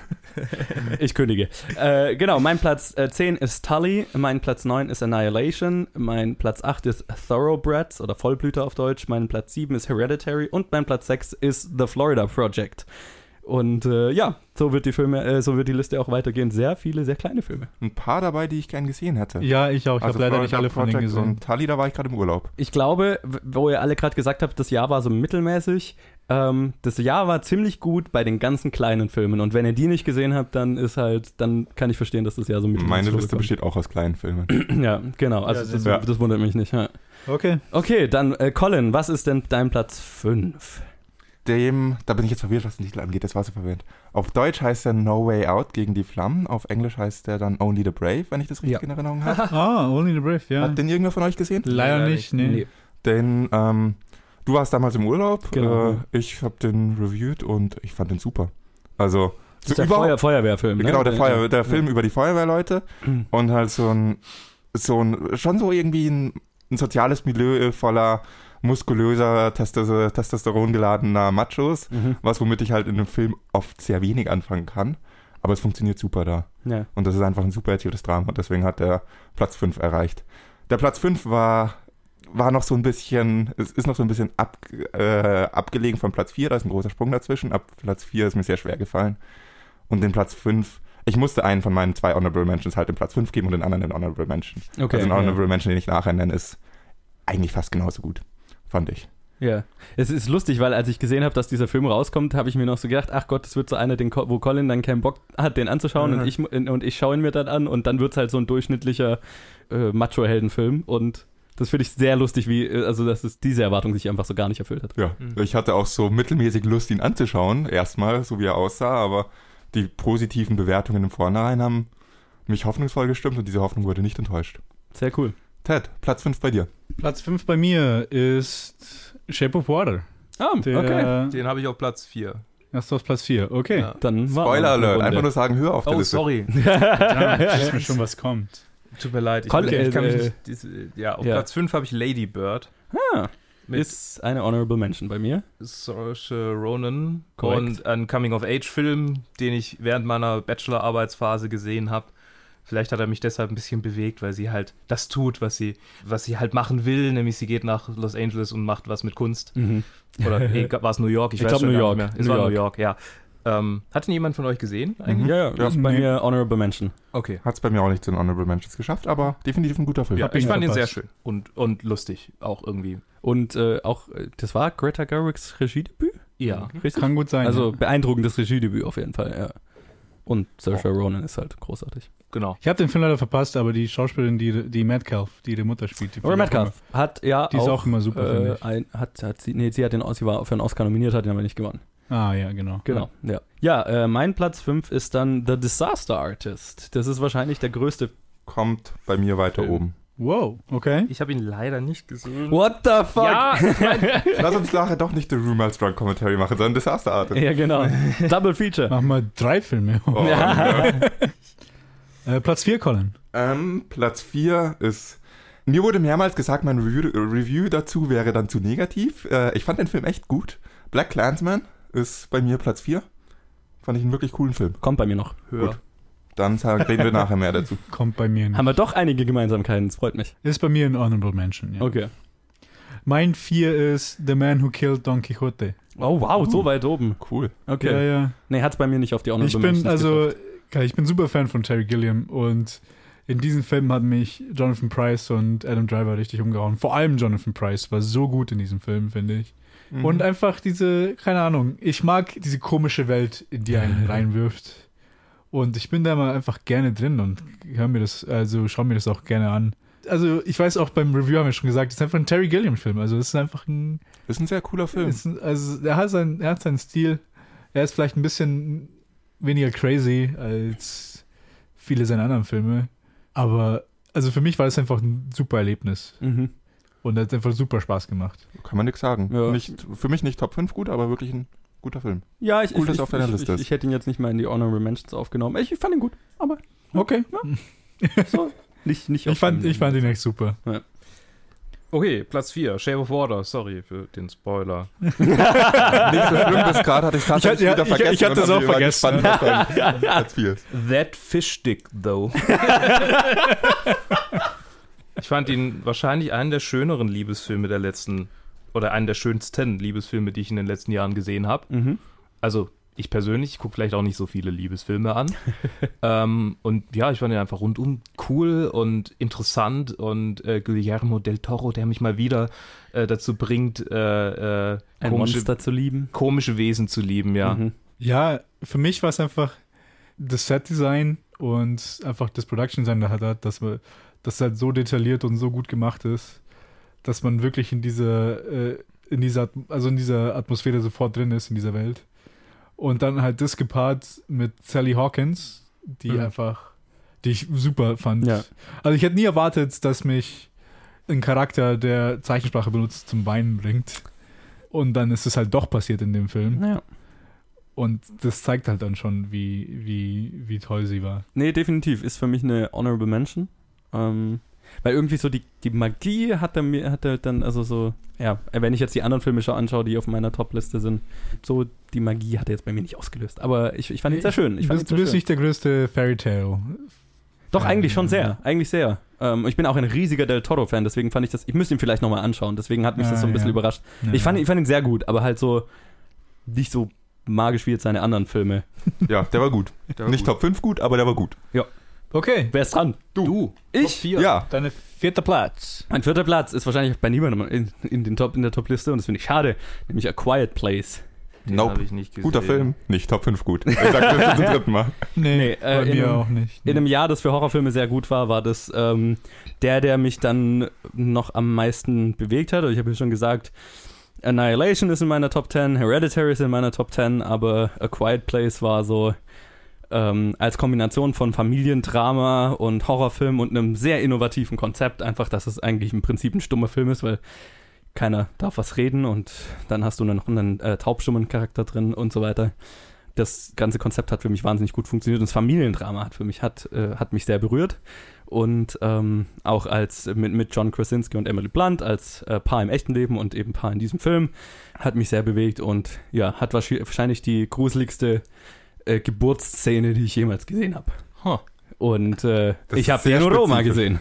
Ich kündige. Äh, genau, mein Platz äh, zehn ist Tully, mein Platz neun ist Annihilation, mein Platz acht ist Thoroughbreds oder Vollblüter auf Deutsch, mein Platz sieben ist Hereditary und mein Platz sechs ist The Florida Project. Und äh, ja, so wird die Filme, äh, so wird die Liste auch weitergehen. Sehr viele, sehr kleine Filme. Ein paar dabei, die ich gern gesehen hätte. Ja, ich auch. Ich Also habe leider nicht Florida alle von denen Project gesehen. Und Tully, da war ich gerade im Urlaub. Ich glaube, w- wo ihr alle gerade gesagt habt, das Jahr war so mittelmäßig. Ähm, das Jahr war ziemlich gut bei den ganzen kleinen Filmen. Und wenn ihr die nicht gesehen habt, dann ist halt, dann kann ich verstehen, dass das Jahr so mittelmäßig Meine Liste rüberkommt. besteht auch aus kleinen Filmen. Ja, genau. Also Ja, das, ja. das wundert mich nicht. Ja. Okay. Okay, dann äh, Colin, was ist denn dein Platz fünf? Dem, da bin ich jetzt verwirrt, was den Titel angeht, das war so verwirrt. Auf Deutsch heißt er No Way Out gegen die Flammen, auf Englisch heißt er dann Only the Brave, wenn ich das richtig Ja. in Erinnerung habe. Ah, Only the Brave, ja. Hat den irgendwer von euch gesehen? Leider Leider nicht, nee. Nee. Den, ähm, du warst damals im Urlaub, Genau. äh, ich habe den reviewed und ich fand den super. Also, Das ist der Feuer, Feuerwehrfilm, ne? Genau, der, Feuer, der ja. Film über die Feuerwehrleute Mhm. und halt so ein, so ein, schon so irgendwie ein, ein soziales Milieu voller muskulöser, Testos- testosterongeladener Machos, Mhm. was womit ich halt in einem Film oft sehr wenig anfangen kann, aber es funktioniert super da. Ja. Und das ist einfach ein super erzähltes Drama, deswegen hat der Platz fünf erreicht. Der Platz fünf war, war noch so ein bisschen, es ist noch so ein bisschen ab, äh, abgelegen von Platz vier, da ist ein großer Sprung dazwischen, ab Platz vier ist mir sehr schwer gefallen. Und den Platz fünf, ich musste einen von meinen zwei Honorable Mentions halt den Platz fünf geben und den anderen den Honorable Mention. Okay. also ein ja. Honorable Mention, den ich nachher nenne, ist eigentlich fast genauso gut, fand ich. Ja, es ist lustig, weil als ich gesehen habe, dass dieser Film rauskommt, habe ich mir noch so gedacht, ach Gott, das wird so einer, den, Co- wo Colin dann keinen Bock hat, den anzuschauen Mhm. und ich und ich schaue ihn mir dann an und dann wird es halt so ein durchschnittlicher äh, Macho-Heldenfilm und das finde ich sehr lustig, wie, äh, also dass es diese Erwartung sich einfach so gar nicht erfüllt hat. Ja, Mhm. ich hatte auch so mittelmäßig Lust, ihn anzuschauen, erstmal, so wie er aussah, aber die positiven Bewertungen im Vornherein haben mich hoffnungsvoll gestimmt und diese Hoffnung wurde nicht enttäuscht. Sehr cool. Ted, Platz fünf bei dir. Platz fünf bei mir ist Shape of Water. Ah, Der, okay. Den habe ich auf Platz vier. Erst auf Platz vier, okay. Ja. Dann war Spoiler auch eine Alert, Runde. einfach nur sagen, höher auf der Oh, Liste. sorry. Ja, ich weiß mir schon, was kommt. Tut mir leid. Ich, Col- ich kann mich äh, nicht, diese, ja, auf ja. Platz fünf habe ich Lady Bird. Ah, Mit ist eine Honorable Mention bei mir. Saoirse Ronan Korrekt. und ein Coming-of-Age-Film, den ich während meiner Bachelor-Arbeitsphase gesehen habe. Vielleicht hat er mich deshalb ein bisschen bewegt, weil sie halt das tut, was sie, was sie halt machen will, nämlich sie geht nach Los Angeles und macht was mit Kunst. Mhm. Oder nee, war es New York? Ich weiß glaub, schon New gar York. nicht mehr. Es New war York. New York, ja. Ähm, hat ihn jemand von euch gesehen eigentlich? Ja, ja, Ja. ist bei Nee. mir Honorable Mention. Okay. Hat es bei mir auch nicht zu den Honorable Mentions geschafft, aber definitiv ein guter Film. Ja, Hab ich ihn fand ihn sehr verpasst. schön und, und lustig auch irgendwie. Und äh, auch, äh, das war Greta Gerwigs Regiedebüt? Ja. Richtig? Kann gut sein. Also ja. beeindruckendes Regiedebüt auf jeden Fall, ja. Und Saoirse Ronan ist halt großartig. Genau. Ich habe den Film leider verpasst, aber die Schauspielerin, die, die Metcalf, die ihre Mutter spielt, die Laura finde ich auch Metcalf hat ja Die ist auch immer super, finde äh, ich. ein, hat, hat sie, nee, sie hat den, sie war für einen Oscar nominiert, hat ihn aber nicht gewonnen. immer- Ah, ja, genau. Genau, ja. Ja, äh, mein Platz fünf ist dann The Disaster Artist. Das ist wahrscheinlich der größte. Kommt bei mir weiter Film. oben. Wow, okay. Ich habe ihn leider nicht gesehen. What the fuck? Ja, ich mein, Lass uns nachher doch nicht The Room als Drunk Commentary machen, sondern Disaster Artist. Ja, genau. Double Feature. Machen wir drei Filme. Oh, ja. Äh, Platz vier, Colin. Ähm, Platz vier ist. Mir wurde mehrmals gesagt, mein Review, Review dazu wäre dann zu negativ. Äh, ich fand den Film echt gut. Black Klansman ist bei mir Platz vier. Fand ich einen wirklich coolen Film. Kommt bei mir noch. höher. Gut. Dann sagen, reden wir nachher mehr dazu. Kommt bei mir. Haben wir doch einige Gemeinsamkeiten, das freut mich. Ist bei mir ein Honorable Mention, ja. Okay. Mein vier ist The Man Who Killed Don Quixote. Oh, wow, so weit oben. Cool. Okay. Ja, ja. Nee, hat's bei mir nicht auf die Honorable Ich bin, Mentions also, geschafft. ich bin super Fan von Terry Gilliam und in diesem Film hat mich Jonathan Pryce und Adam Driver richtig umgehauen. Vor allem Jonathan Pryce war so gut in diesem Film, finde ich. Mhm. Und einfach diese, keine Ahnung, ich mag diese komische Welt, in die einen reinwirft. Und ich bin da mal einfach gerne drin und hör mir das, also schau mir das auch gerne an. Also ich weiß auch, beim Review haben wir schon gesagt, es ist einfach ein Terry Gilliam-Film. Also es ist einfach ein... Das ist ein sehr cooler Film. Ist ein, also er hat, sein, er hat seinen Stil. Er ist vielleicht ein bisschen weniger crazy als viele seiner anderen Filme. Aber also für mich war es einfach ein super Erlebnis. Mhm. Und er hat einfach super Spaß gemacht. Kann man nichts sagen. Ja. Nicht, für mich nicht Top fünf gut, aber wirklich ein guter Film. Ja, ich, Cool, ich, dass ich, er auf deiner ich, Liste ich, ist. ich hätte ihn jetzt nicht mal in die Honorable Mentions aufgenommen. Ich, ich fand ihn gut, aber Okay. ja, so nicht, nicht Ich fand, ich fand ihn echt super. Okay, Platz vier, Shape of Water. Sorry für den Spoiler. Nicht so schlimm, bis gerade hatte ich tatsächlich Ich hatte- wieder ich- vergessen. ich hatte und es hab auch mich immer vergessen. gespannt, was dein Platz vier ist. That Fish Stick, though. Ich fand ihn wahrscheinlich einen der schöneren Liebesfilme der letzten, oder einen der schönsten Liebesfilme, die ich in den letzten Jahren gesehen habe. Mhm. Also ich persönlich gucke vielleicht auch nicht so viele Liebesfilme an. ähm, und ja, ich fand ihn einfach rundum cool und interessant und äh, Guillermo del Toro, der mich mal wieder äh, dazu bringt, äh, äh, Ein komische, Monster zu lieben. komische Wesen zu lieben, ja. Mhm. Ja, für mich war es einfach das Set-Design und einfach das Production-Design, das hat, dass man das halt so detailliert und so gut gemacht ist, dass man wirklich in dieser, äh, in dieser, also in dieser Atmosphäre sofort drin ist, in dieser Welt. Und dann halt das gepaart mit Sally Hawkins, die Mhm. einfach, die ich super fand. Ja. Also ich hätte nie erwartet, dass mich ein Charakter, der Zeichensprache benutzt, zum Weinen bringt. Und dann ist es halt doch passiert in dem Film. Naja. Und das zeigt halt dann schon, wie, wie, wie toll sie war. Nee, definitiv. Ist für mich eine Honorable Mention. Ähm, weil irgendwie so die, die Magie hat er mir, hat er dann, also so, ja, wenn ich jetzt die anderen Filme schon anschaue, die auf meiner Top-Liste sind, so die Magie hat er jetzt bei mir nicht ausgelöst. Aber ich, ich fand ihn sehr schön. Ich Du fand bist, ihn du sehr bist schön. nicht der größte Fairy Tale. Doch, Fan. eigentlich schon sehr. Eigentlich sehr. Ähm, ich bin auch ein riesiger Del Toro-Fan, deswegen fand ich das, ich müsste ihn vielleicht nochmal anschauen, deswegen hat mich Ah, das so ein bisschen ja. überrascht. Ja. Ich fand, ihn- ich fand ihn sehr gut, aber halt so nicht so magisch wie jetzt seine anderen Filme. Ja, der war gut. Der war Nicht gut. Top fünf gut, aber der war gut. Okay, Wer ist dran? Du. Du. Top Ich? vier. Ja, deine vierter Platz. Mein vierter Platz ist wahrscheinlich bei niemandem in, in, den Top, in der Top-Liste und das finde ich schade, nämlich A Quiet Place. Den nope. habe ich nicht gesehen. Guter Film, nicht Top fünf gut. Ich sag das jetzt zum dritten Mal. Nee, Nee, äh, bei in mir einem- auch nicht. In einem Jahr, das für Horrorfilme sehr gut war, war das ähm, der, der mich dann noch am meisten bewegt hat. Ich habe ja schon gesagt, Annihilation ist in meiner Top zehn, Hereditary ist in meiner Top zehn, aber A Quiet Place war so ähm, als Kombination von Familiendrama und Horrorfilm und einem sehr innovativen Konzept, einfach, dass es eigentlich im Prinzip ein stummer Film ist, weil keiner darf was reden und dann hast du dann noch einen äh, taubstummen Charakter drin und so weiter. Das ganze Konzept hat für mich wahnsinnig gut funktioniert und das Familiendrama hat für mich hat, äh, hat mich sehr berührt und ähm, auch als mit, mit John Krasinski und Emily Blunt als äh, Paar im echten Leben und eben Paar in diesem Film hat mich sehr bewegt und ja, hat wahrscheinlich die gruseligste äh, Geburtsszene, die ich jemals gesehen habe. Huh. Und äh, Das ich ist habe die sehr in Roma spezifisch. gesehen.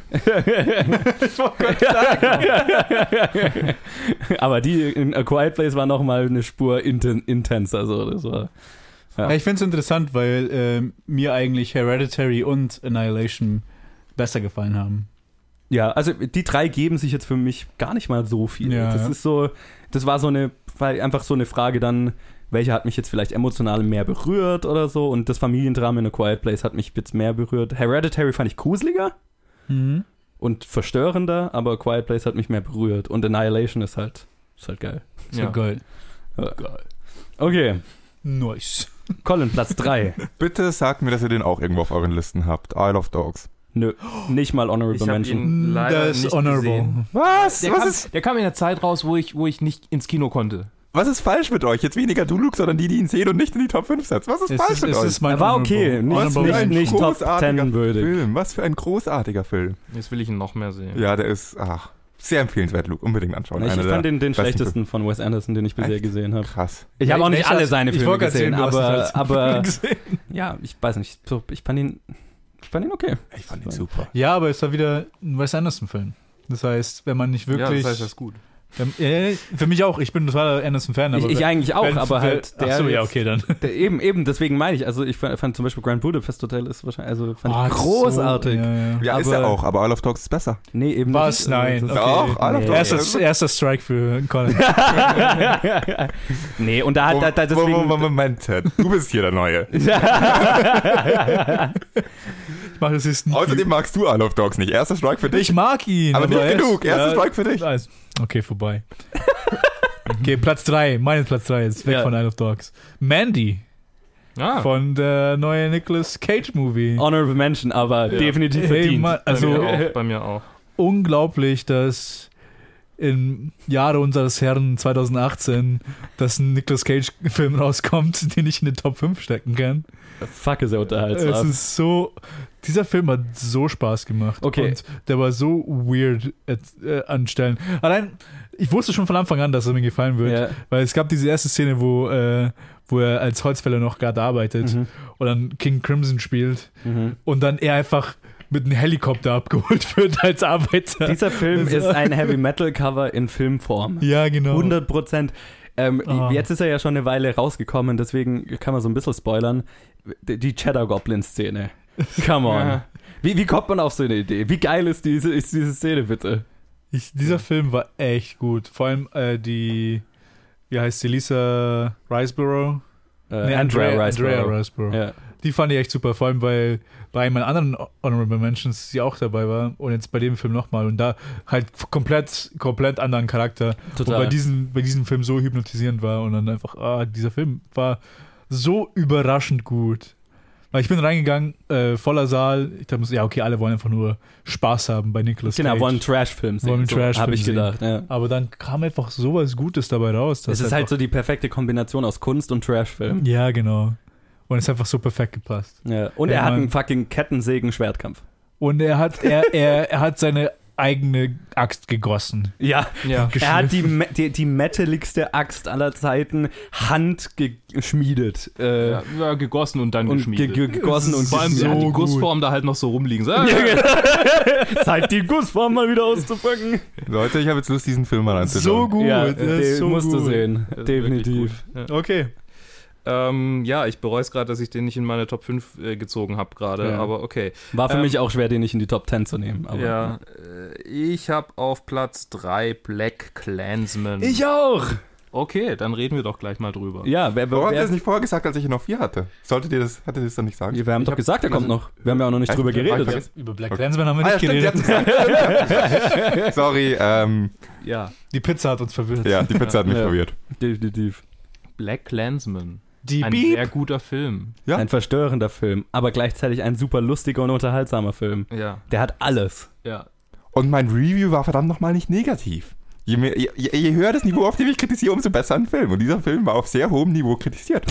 Aber die in A Quiet Place war nochmal eine Spur inten intenser. Also das war, ja. Ja, ich finde es interessant, weil ähm, mir eigentlich Hereditary und Annihilation besser gefallen haben. Ja, also die drei geben sich jetzt für mich gar nicht mal so viel. Ja, das ja. ist so, das war so eine, war einfach so eine Frage dann, welche hat mich jetzt vielleicht emotional mehr berührt oder so und das Familiendrama in A Quiet Place hat mich jetzt mehr berührt. Hereditary fand ich gruseliger Mhm. und verstörender, aber A Quiet Place hat mich mehr berührt und Annihilation ist halt, ist halt geil. So Ja. geil. Ja. Okay, Nice. Colin, Platz drei. Bitte sagt mir, dass ihr den auch irgendwo auf euren Listen habt. Isle of Dogs. Nö, nicht mal Honorable Ich hab Mention. ihn leider Das ist nicht honorable. gesehen. Was? Der Was kam, ist, der kam in der Zeit raus, wo ich, wo ich nicht ins Kino konnte. was ist falsch mit euch? Jetzt weniger du, Luke, sondern die, die ihn sehen und nicht in die Top fünf setzt. Was ist Es falsch ist, mit es euch? ist mein Er war okay, honorable- nicht- Was für honorable ein nicht- nicht Top großartiger zehn würdig. Film. Was für ein großartiger Film. Jetzt will ich ihn noch mehr sehen. Ja, der ist ach, sehr empfehlenswert, Luke. Unbedingt anschauen. Ich Einer fand der den, den besten schlechtesten von Wes Anderson, den ich bisher Echt? gesehen habe. Filme. Krass. Ich habe auch nicht Welcher alle hast- seine ich Filme wollte gesehen, erzählen, du hast aber, nicht alle aber Filme gesehen. ja, ich weiß nicht, so, ich fand ihn, ich fand ihn okay. Ich fand ihn super. Ja, aber es war wieder ein Wes Anderson-Film. Das heißt, wenn man nicht Ja, wirklich, das heißt, das ist gut. Ja, ja, für mich auch. Ich bin totaler Anderson-Fan. Ich, ich eigentlich auch, wenn- aber wer- halt der. Ach so, ja, jetzt- okay, dann. Der, eben, eben, deswegen meine ich, also ich fand, fand zum Beispiel Grand Budapest Hotel ist wahrscheinlich, also fand Oh, ich das ist großartig. So, ja, ja. Ja, ist Aber- er auch, aber Isle of Dogs ist besser. Nee, eben Was? nicht. Nein. Das- Okay. Doch, Isle of Nee. Dogs. Erster, erster Strike für Colin. nee, und da hat da, da deswegen. Moment, Ted, du bist hier der Neue. Ich mach das jetzt nicht. Außerdem magst du Isle of Dogs nicht. Erster Strike für dich. Ich mag ihn. Aber nicht er genug. ist- Erster ja, Strike für dich. Nice. Okay, vorbei. Okay, Platz drei. Mein Platz drei ist weg Ja. von Isle of Dogs. Mandy Ah, von der neuen Nicolas Cage Movie. Honorable Mention, aber Ja. definitiv Hey, verdient. Mann, bei, also mir auch, bei mir auch. unglaublich, dass im Jahre unseres Herrn zwanzig achtzehn, dass ein Nicolas Cage-Film rauskommt, den ich in den Top fünf stecken kann. Fuck, ist er Es unterhaltsam. ist so. Dieser Film hat so Spaß gemacht. Okay. Und der war so weird at, äh, an Stellen. Allein, ich wusste schon von Anfang an, dass er mir gefallen wird. Ja. Weil es gab diese erste Szene, wo, äh, wo er als Holzfäller noch gerade arbeitet Mhm. und dann King Crimson spielt Mhm. und dann er einfach mit einem Helikopter abgeholt wird als Arbeiter. Dieser Film Also- ist ein Heavy Metal Cover in Filmform. Ja, genau. hundert Prozent. Ähm, Ah. Jetzt ist er ja schon eine Weile rausgekommen, deswegen kann man so ein bisschen spoilern. Die Cheddar Goblin Szene. Come on. Ja. Wie, wie kommt man auf so eine Idee? Wie geil ist diese, ist diese Szene bitte? Ich, dieser Film war echt gut. Vor allem äh, die, wie heißt sie, Lisa Riceborough? Äh, Nee, Andrea Riseborough. Andrea Riseborough. Ja. Die fand ich echt super, vor allem weil bei meinen anderen Honorable Mentions sie auch dabei war und jetzt bei dem Film nochmal und da halt komplett, komplett anderen Charakter. Und bei diesem, bei diesem Film so hypnotisierend war und dann einfach, ah, dieser Film war so überraschend gut. Weil ich bin reingegangen, äh, voller Saal, ich dachte, ja okay, alle wollen einfach nur Spaß haben bei Nicolas Cage. Genau, wollen einen Trash-Film sehen. Wollen einen so, Trash-Film habe ich sehen. gedacht. Ja. Aber dann kam einfach sowas Gutes dabei raus. dass Es ist halt einfach- so die perfekte Kombination aus Kunst und Trash-Film. Ja, genau. Und es hat einfach so perfekt gepasst. Ja. Und Ja, er hat Mann. einen fucking Kettensägen-Schwertkampf. Und er hat, er, er, er hat seine eigene Axt gegossen. Ja, Ja. er hat die, me- die, die metaligste Axt aller Zeiten handgeschmiedet. Äh, Ja, ja, gegossen und dann und geschmiedet. ge ge gegossen und Vor allem so ja, die gut. Gussform da halt noch so rumliegen. So, ah, Zeit, die Gussform mal wieder auszupacken. Leute, ich habe jetzt Lust, diesen Film mal anzuschauen. So gut. Ja, das ist den so musst du gut. sehen. das ist wirklich Definitiv. gut. Ja. Okay. Ähm, ja, ich bereue es gerade, dass ich den nicht in meine Top fünf äh, gezogen habe gerade, Ja. aber okay. War für Ähm, mich auch schwer, den nicht in die Top zehn zu nehmen. Aber, ja, äh, ich habe auf Platz drei Black Klansman. Ich auch. Okay, dann reden wir doch gleich mal drüber. Ja, wer, Warum habt ihr wer, das nicht vorher gesagt, als ich ihn auf vier hatte? Solltet ihr das, hattet ihr das dann nicht sagen? wir haben Ich doch hab- gesagt, er kommt noch. Wir haben ja auch noch nicht Echt? drüber Ich hab geredet. vergessen. Über Black Okay. Klansman haben wir Ah, nicht ja, stimmt, ihr geredet. habt gesagt. Sorry, ähm, Ja, Die Pizza hat uns verwirrt. ja, die Pizza hat mich Ja. verwirrt. Definitiv. Black Klansman. Die Ein Beep. sehr guter Film. Ja. Ein verstörender Film, aber gleichzeitig ein super lustiger und unterhaltsamer Film. Ja, Der hat alles. ja. Und mein Review war verdammt nochmal nicht negativ. Je, mehr, je, je je höher das Niveau, auf dem ich kritisiere, umso besser ein Film. Und dieser Film war auf sehr hohem Niveau kritisiert.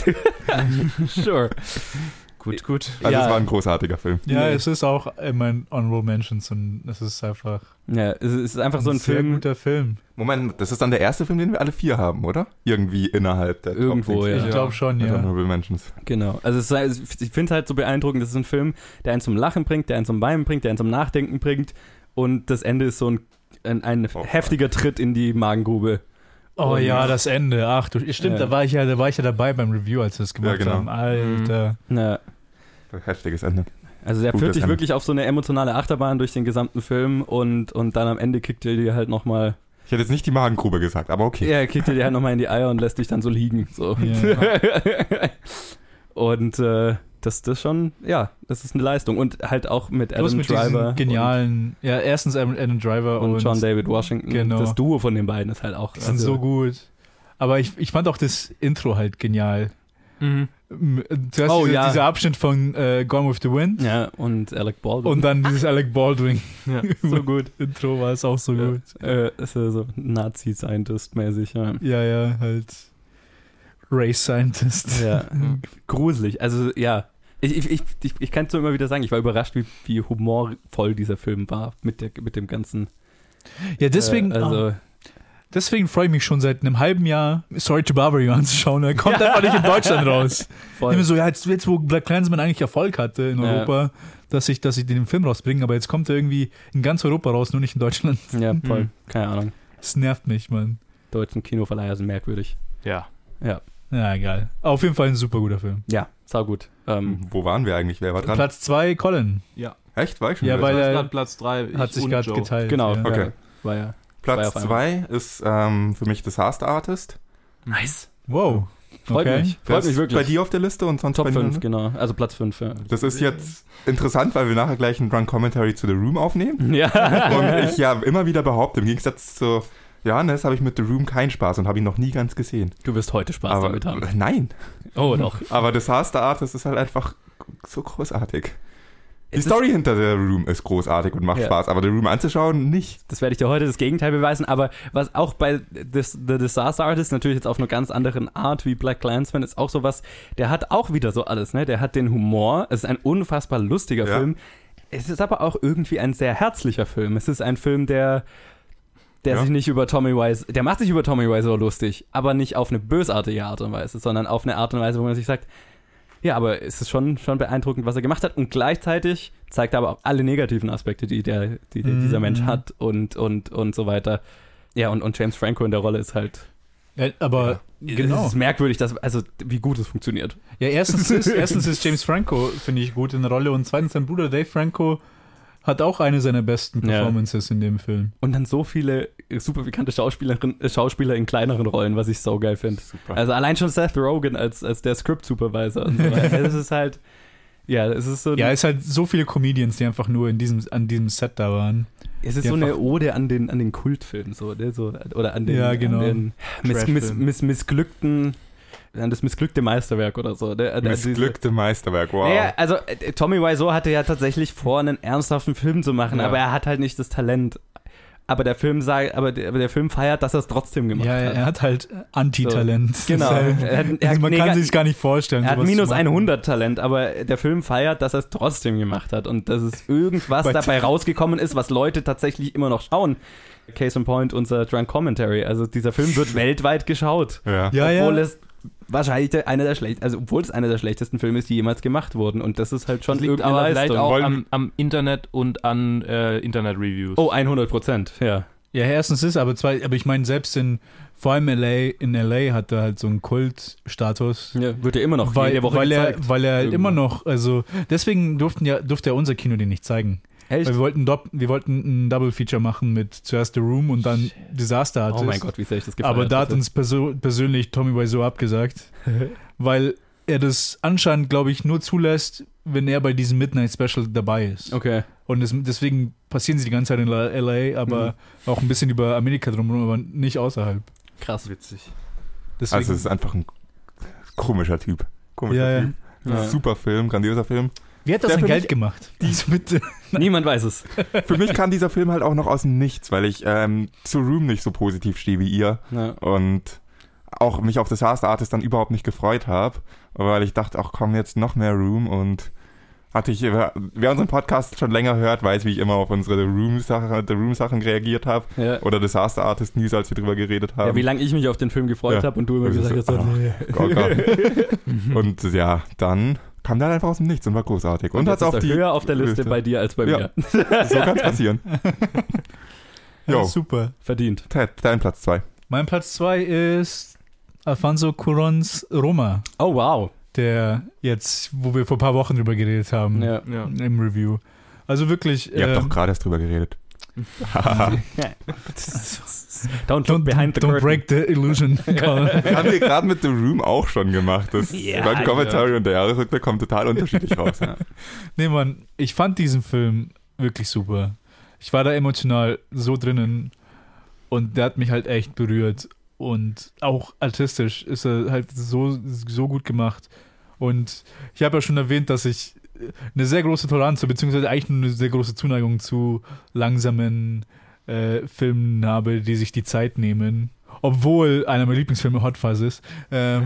Sure. Gut, gut. Also Ja. es war ein großartiger Film. Ja, Nee. es ist auch in meinen Honorable Mentions und es ist einfach Ja, es ist einfach so ein sehr Film. guter Film. Moment, das ist dann der erste Film, den wir alle vier haben, oder? Irgendwie innerhalb der Irgendwo, Top ja. Ich glaube schon, Ja. ja. Honorable Mentions. Genau. Also es ist, ich finde es halt so beeindruckend, das ist ein Film, der einen zum Lachen bringt, der einen zum Weinen bringt, der einen zum Nachdenken bringt und das Ende ist so ein, ein, ein Oh, heftiger Tritt in die Magengrube. Oh Und- ja, das Ende. Ach du, stimmt, Ja. da war ich ja, da war ich ja dabei beim Review, als wir es gemacht Ja, genau. haben. Alter. Ja. Heftiges Ende. Also der Gutes führt dich Ende. wirklich auf so eine emotionale Achterbahn durch den gesamten Film und, und dann am Ende kickt er dir halt nochmal, Ich hätte jetzt nicht die Magengrube gesagt, aber okay. ja, kickt er dir halt nochmal in die Eier und lässt dich dann so liegen. So. Ja. Und äh, das das schon, ja, das ist eine Leistung. Und halt auch mit Bloß Adam mit Driver diesen genialen, ja, erstens Adam Adam Driver und, und, und John David Washington. Genau. Das Duo von den beiden ist halt auch die sind so gut. Aber ich, ich fand auch das Intro halt genial. Mhm. M- Zuerst Oh, dieser, ja. dieser Abschnitt von äh, Gone with the Wind Ja, und Alec Baldwin. und dann dieses Alec Baldwin. Ja. So gut. Intro war es auch so Ja. gut. äh, ist ja so Nazi-Scientist-mäßig, ja. Ja, ja, halt Race Scientist. Ja, gruselig. Also, ja. Ich, ich, ich, ich, ich kann es nur immer wieder sagen, ich war überrascht, wie, wie humorvoll dieser Film war mit, der, mit dem ganzen. Ja, deswegen, Äh, also, deswegen freue ich mich schon seit einem halben Jahr, Sorry to Bother You anzuschauen. Er kommt einfach nicht in Deutschland raus. Ich voll. bin so, ja, jetzt, jetzt wo Black Klansman eigentlich Erfolg hatte in Ja. Europa, dass ich, dass ich den Film rausbringe, aber jetzt kommt er irgendwie in ganz Europa raus, nur nicht in Deutschland. Ja, voll. Mhm. Keine Ahnung. Das nervt mich, Mann. Deutschen Kinoverleiher sind merkwürdig. Ja. Ja. Ja, egal. Auf jeden Fall ein super guter Film. Ja, saugut. Ähm, Wo waren wir eigentlich? Wer war dran? Platz zwei, Colin. Echt? War ich schon Ja, wieder? weil er Platz drei. hat sich gerade geteilt. genau. Ja. Okay. Ja, war ja. Platz zwei auf zwei ist ähm, für mich Disaster Artist. Nice. Wow. Freut Okay. mich. Freut Das mich ist wirklich. Bei dir auf der Liste und sonst Top bei mir, fünf, ne? genau. Also Platz fünf, ja. Das ist jetzt interessant, weil wir nachher gleich einen Drunk Commentary zu The Room aufnehmen. Ja. Und ich ja immer wieder behaupte, im Gegensatz zu Johannes habe ich mit The Room keinen Spaß und habe ihn noch nie ganz gesehen. Du wirst heute Spaß Aber damit haben. nein. Oh, doch. Aber Disaster Artist ist halt einfach so großartig. Die Es Story hinter The Room ist großartig und macht Ja. Spaß, aber The Room anzuschauen nicht. Das werde ich dir heute das Gegenteil beweisen, aber was auch bei This, The Disaster Artist natürlich jetzt auf einer ganz anderen Art wie Black Klansman ist auch sowas, der hat auch wieder so alles, ne? Der hat den Humor, es ist ein unfassbar lustiger Ja. Film. Es ist aber auch irgendwie ein sehr herzlicher Film. Es ist ein Film, der der Ja. sich nicht über Tommy Wiseau, der macht sich über Tommy Wiseau lustig, aber nicht auf eine bösartige Art und Weise, sondern auf eine Art und Weise, wo man sich sagt, ja, aber es ist schon, schon beeindruckend, was er gemacht hat und gleichzeitig zeigt er aber auch alle negativen Aspekte, die, der, die Mhm. dieser Mensch hat und, und, und so weiter. Ja, und, und James Franco in der Rolle ist halt, Ja, aber es genau. ist merkwürdig, dass, also wie gut es funktioniert. Ja, erstens ist, erstens ist James Franco, finde ich, gut in der Rolle und zweitens sein Bruder Dave Franco hat auch eine seiner besten Ja. Performances in dem Film. Und dann so viele super bekannte Schauspielerinnen, äh, Schauspieler in kleineren Rollen, was ich so geil finde. Super. Also allein schon Seth Rogen als, als der Script-Supervisor und so weiter. Das ist halt, ja, es ist so, ein- Ja, es halt so viele Comedians, die einfach nur in diesem, an diesem Set da waren. es ist die so eine einfach- Ode an den, an den Kultfilm, so, ne? so, oder an den, Ja, genau. an den miss, miss, Trashfilm. miss, missglückten, an das missglückte Meisterwerk oder so. Ne? Also diese- Missglückte Meisterwerk, wow. Naja, also äh, Tommy Wiseau hatte ja tatsächlich vor, einen ernsthaften Film zu machen, Ja. aber er hat halt nicht das Talent. Aber der Film sagt, aber der, aber der Film feiert, dass er es trotzdem gemacht Ja, hat. er hat halt Anti-Talent. Genau. Das ist Er hat- halt, er hat man nega- kann sich gar nicht vorstellen. Er hat sowas minus zu machen. hundert Talent, aber der Film feiert, dass er es trotzdem gemacht hat und dass es irgendwas Bei- dabei rausgekommen ist, was Leute tatsächlich immer noch schauen. Case in point, unser Drunk Commentary. Also dieser Film wird weltweit geschaut. Ja. Ja, obwohl ja. es wahrscheinlich der, einer der schlecht, also obwohl es einer der schlechtesten Filme ist, die jemals gemacht wurden. Und das ist halt schon Das liegt irgendeine aber vielleicht Leistung. auch Wollen- am, am Internet und an äh, Internet-Reviews. Oh, hundert Prozent, ja. Ja, erstens ist aber zwei, aber ich meine, selbst in, vor allem L A, in L A hat er halt so einen Kultstatus. ja. Wird ja immer noch Weil, jede Woche weil, er, gezeigt. weil er halt Irgendwo. immer noch, also deswegen durften ja, durfte ja unser Kino den nicht zeigen. Echt? Weil wir wollten, Dopp- wir wollten ein Double-Feature machen mit zuerst The Room und dann Disaster Artist. Oh mein Gott, wie sehr ich das gefeiert Aber da hat hätte. uns perso persönlich Tommy Wiseau abgesagt, weil er das anscheinend, glaube ich, nur zulässt, wenn er bei diesem Midnight Special dabei ist. Okay. Und das, deswegen passieren sie die ganze Zeit in L A, aber Mhm. auch ein bisschen über Amerika drumherum, aber nicht außerhalb. Krass. Witzig. Deswegen, Also es ist einfach ein komischer Typ. Komischer Ja, ja. Typ. Ja. Super Film, grandioser Film. wie hat das der sein für Geld mich- gemacht? Dies mit, Niemand weiß es. Für mich kam dieser Film halt auch noch aus dem Nichts, weil ich ähm, zu Room nicht so positiv stehe wie ihr Ja. und auch mich auf Disaster Artist dann überhaupt nicht gefreut habe, weil ich dachte, ach komm, jetzt noch mehr Room und hatte ich, wer unseren Podcast schon länger hört, weiß, wie ich immer auf unsere The Room-Sachen The Room-Sachen reagiert habe Ja. oder Disaster Artist News, als wir drüber geredet haben. Ja, wie lange ich mich auf den Film gefreut Ja. habe und du immer Das gesagt ist hast, so- so, nee. Oh Gott. Und ja, dann kam der einfach aus dem Nichts und war großartig. Und, Und hat's jetzt ist auf er die höher auf der Liste bei dir als bei Ja. mir. So kann's passieren. ja, Jo, super. Verdient. Ted, dein Platz zwei. Mein Platz zwei ist Alfonso Cuarons Roma, Oh, wow. der jetzt, wo wir vor ein paar Wochen drüber geredet haben, Ja. Ja. im Review. Also wirklich, Ihr habt ähm, doch gerade erst drüber geredet. Don't look don't, behind the don't curtain. break the illusion. Colin. Das haben wir gerade mit The Room auch schon gemacht. Das Ja, beim Commentary und der Jahresrückblick kommt total unterschiedlich raus. Ja. Nee, Mann, ich fand diesen Film wirklich super. Ich war da emotional so drinnen und der hat mich halt echt berührt. Und auch artistisch ist er halt so, so gut gemacht. Und ich habe ja schon erwähnt, dass ich eine sehr große Toleranz, beziehungsweise eigentlich nur eine sehr große Zuneigung zu langsamen äh, Filmen habe, die sich die Zeit nehmen. Obwohl einer meiner Lieblingsfilme Hot Fuzz ist. Ähm,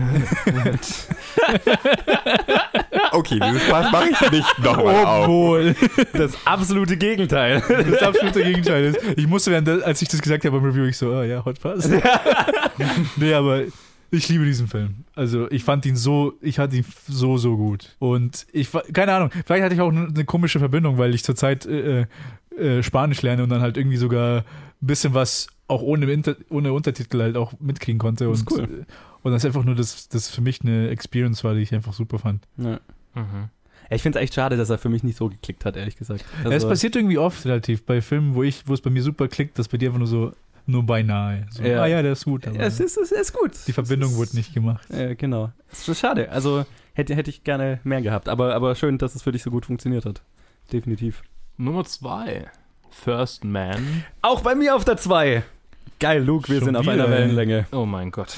Okay, dieses Spaß mache ich nicht nochmal auf. obwohl. Das absolute Gegenteil. Das absolute Gegenteil ist. Ich musste, während der, als ich das gesagt habe beim Review, ich so, oh ja, Hot Fuzz. Nee, aber ich liebe diesen Film. Also ich fand ihn so, ich hatte ihn so, so gut. Und ich, war- keine Ahnung, vielleicht hatte ich auch eine, eine komische Verbindung, weil ich zurzeit äh, äh, Spanisch lerne und dann halt irgendwie sogar bisschen was auch ohne, Inter- ohne Untertitel halt auch mitkriegen konnte. Das Und, ist cool. und das einfach nur das, das für mich eine Experience war, die ich einfach super fand. Ja. Mhm. Ja, ich finde es echt schade, dass er für mich nicht so geklickt hat, ehrlich gesagt. Ja, es passiert irgendwie oft relativ bei Filmen, wo ich, wo es bei mir super klickt, dass bei dir einfach nur so, nur beinahe. So, Ja. Ah ja, der ist gut. Aber es ist, es ist gut. die Verbindung es ist, wurde nicht gemacht. Äh, genau. Es ist schade. Also hätte, hätte ich gerne mehr gehabt. Aber, aber schön, dass es für dich so gut funktioniert hat. Definitiv. Nummer zwei. First Man. Auch bei mir auf der zwei. Geil, Luke, wir Schon sind auf wieder, einer ey. Wellenlänge. Oh mein Gott.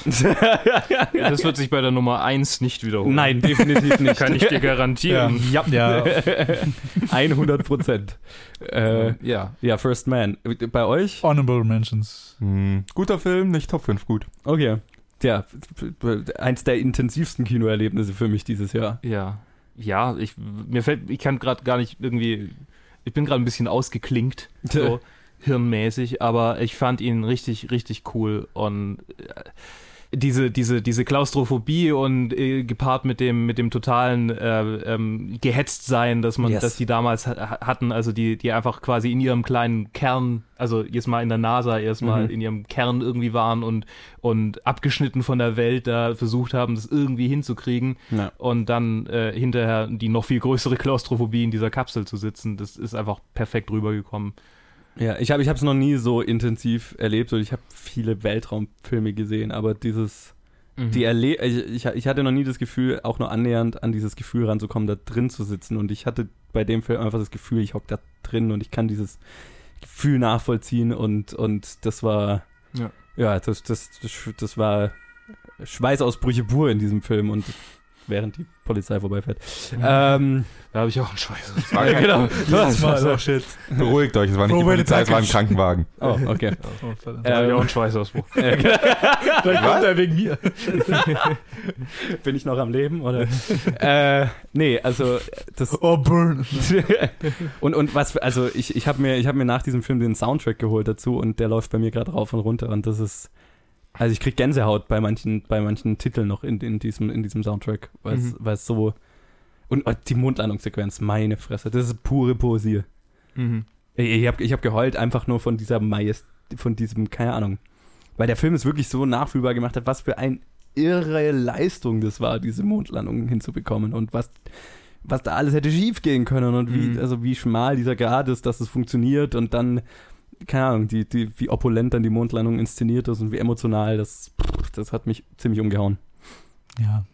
Das wird sich bei der Nummer eins nicht wiederholen. Nein, definitiv nicht. Kann ich dir garantieren. Ja, Ja, hundert Prozent. Äh, Ja. ja, First Man. Bei euch? Honorable Mentions. Hm, guter Film, nicht Top fünf gut. Okay. Ja, eins der intensivsten Kinoerlebnisse für mich dieses Jahr. Ja. Ja, ich, mir fällt, ich kann gerade gar nicht irgendwie, ich bin gerade ein bisschen ausgeklinkt, so hirnmäßig, aber ich fand ihn richtig, richtig cool und äh, diese, diese, diese Klaustrophobie und äh, gepaart mit dem, mit dem totalen äh, ähm, Gehetztsein, dass man, Yes. dass die damals ha- hatten, also die, die einfach quasi in ihrem kleinen Kern, also jetzt mal in der NASA erstmal Mhm. in ihrem Kern irgendwie waren und, und abgeschnitten von der Welt da versucht haben, das irgendwie hinzukriegen Ja. und dann äh, hinterher die noch viel größere Klaustrophobie in dieser Kapsel zu sitzen, das ist einfach perfekt rübergekommen. Ja, ich habe ich es noch nie so intensiv erlebt und ich habe viele Weltraumfilme gesehen, aber dieses, die erle ich, ich, ich hatte noch nie das Gefühl, auch nur annähernd an dieses Gefühl ranzukommen, da drin zu sitzen und ich hatte bei dem Film einfach das Gefühl, ich hocke da drin und ich kann dieses Gefühl nachvollziehen und, und das war, Ja. ja, das, das, das, das war Schweißausbrüche pur in diesem Film und während die Polizei vorbeifährt. Ähm, Da habe ich auch einen Schweiß. ja, genau. Das war so shit. Beruhigt euch, es war nicht die Probiert Polizei, es war ein Package. Krankenwagen. Oh, okay. Oh, verdammt. Da habe ich Ähm, auch einen Schweißausbruch. Vielleicht kommt er wegen mir. Bin ich noch am Leben, oder? äh, nee, also das Oh, burn. und, und was, also ich, ich habe mir, ich hab mir nach diesem Film den Soundtrack geholt dazu und der läuft bei mir gerade rauf und runter und das ist, also ich krieg Gänsehaut bei manchen, bei manchen Titeln noch in, in, diesem, in diesem Soundtrack, weil es Mhm. so, und oh, die Mondlandungssequenz, meine Fresse, das ist pure Poesie. Mhm. Ich, ich habe ich hab geheult einfach nur von dieser Majest, von diesem, keine Ahnung, weil der Film es wirklich so nachfühlbar gemacht hat, was für eine irre Leistung das war, diese Mondlandung hinzubekommen und was, was da alles hätte schief gehen können und wie, Mhm. also wie schmal dieser Grad ist, dass es funktioniert und dann, keine Ahnung, die, die, wie opulent dann die Mondlandung inszeniert ist und wie emotional, das, das hat mich ziemlich umgehauen. Ja.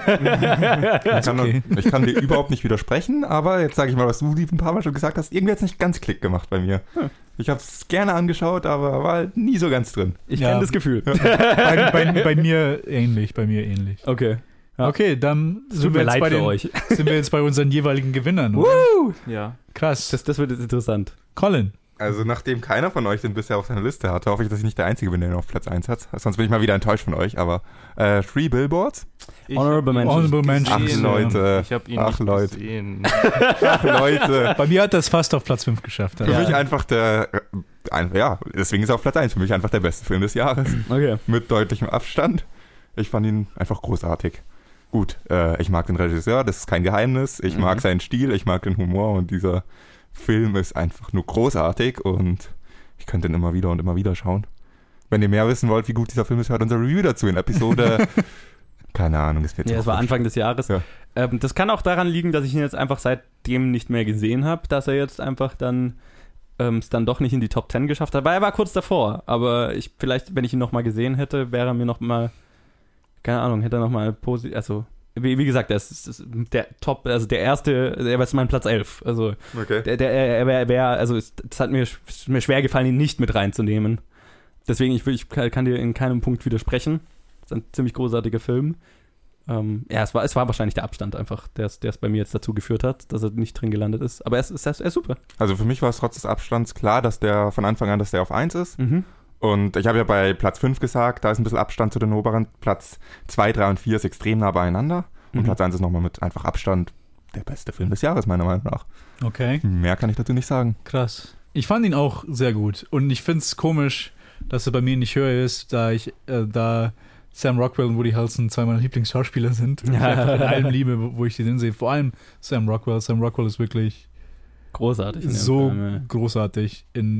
Ich kann, okay. ich kann dir überhaupt nicht widersprechen, aber jetzt sage ich mal, was du ein paar Mal schon gesagt hast, irgendwie hat es nicht ganz Klick gemacht bei mir. Hm. Ich habe es gerne angeschaut, aber war halt nie so ganz drin. Ich Ja. kenne das Gefühl. bei, bei, bei mir ähnlich, bei mir ähnlich. Okay. Ja. Okay, dann Es sind tut wir, mir jetzt leid bei für den, euch. sind wir jetzt bei unseren jeweiligen Gewinnern. Oder? Ja. Krass. Das, das wird jetzt interessant. Colin. Also nachdem keiner von euch den bisher auf seiner Liste hatte, hoffe ich, dass ich nicht der Einzige bin, der ihn auf Platz eins hat. Sonst bin ich mal wieder enttäuscht von euch, aber äh, Three Billboards? Ich Honorable hab ihn Mention. Honorable nicht Mention. gesehen. Ach, Leute. Ich habe ihn Ach, nicht Leute. gesehen. Ach Leute. Bei mir hat das fast auf Platz fünf geschafft. Für Also. mich einfach der, äh, ein, ja, deswegen ist er auf Platz eins für mich einfach der beste Film des Jahres. Okay. Mit deutlichem Abstand. Ich fand ihn einfach großartig. Gut, äh, ich mag den Regisseur, das ist kein Geheimnis. Ich Mhm. mag seinen Stil, ich mag den Humor und dieser Film ist einfach nur großartig und ich könnte ihn immer wieder und immer wieder schauen. Wenn ihr mehr wissen wollt, wie gut dieser Film ist, hört unser Review dazu in Episode. Keine Ahnung, es wird Ja, es war Anfang des Jahres. Ja. Ähm, das kann auch daran liegen, dass ich ihn jetzt einfach seitdem nicht mehr gesehen habe, dass er jetzt einfach dann ähm, es dann doch nicht in die Top Ten geschafft hat. Weil er war kurz davor, aber ich vielleicht, wenn ich ihn nochmal gesehen hätte, wäre er mir nochmal, keine Ahnung, hätte er nochmal positiv, also wie, wie gesagt, das ist, das ist der Top, also der erste, er war jetzt mein Platz elf. Also Okay. der, der, er wäre, wär, also es, es hat mir, es ist mir schwer gefallen, ihn nicht mit reinzunehmen. Deswegen, ich, will- ich kann dir in keinem Punkt widersprechen. Es ist ein ziemlich großartiger Film. Ähm, ja, es war, es war wahrscheinlich der Abstand einfach, der es der es bei mir jetzt dazu geführt hat, dass er nicht drin gelandet ist. Aber er ist, er ist, er ist super. Also für mich war es trotz des Abstands klar, dass der von Anfang an, dass der auf eins ist. Mhm. Und ich habe ja bei Platz fünf gesagt, da ist ein bisschen Abstand zu den oberen. Platz zwei, drei und vier ist extrem nah beieinander. Und Mhm. Platz eins ist nochmal mit einfach Abstand der beste Film des Jahres, meiner Meinung nach. Okay, Mehr kann ich dazu nicht sagen. krass. Ich fand ihn auch sehr gut. Und ich finde es komisch, dass er bei mir nicht höher ist, da ich, äh, da Sam Rockwell und Woody Harrelson zwei meiner Lieblingsschauspieler sind. Und ich einfach in allem liebe, wo wo ich die hinsehe. Vor allem Sam Rockwell. Sam Rockwell ist wirklich Großartig. in dem so Film, ja. großartig in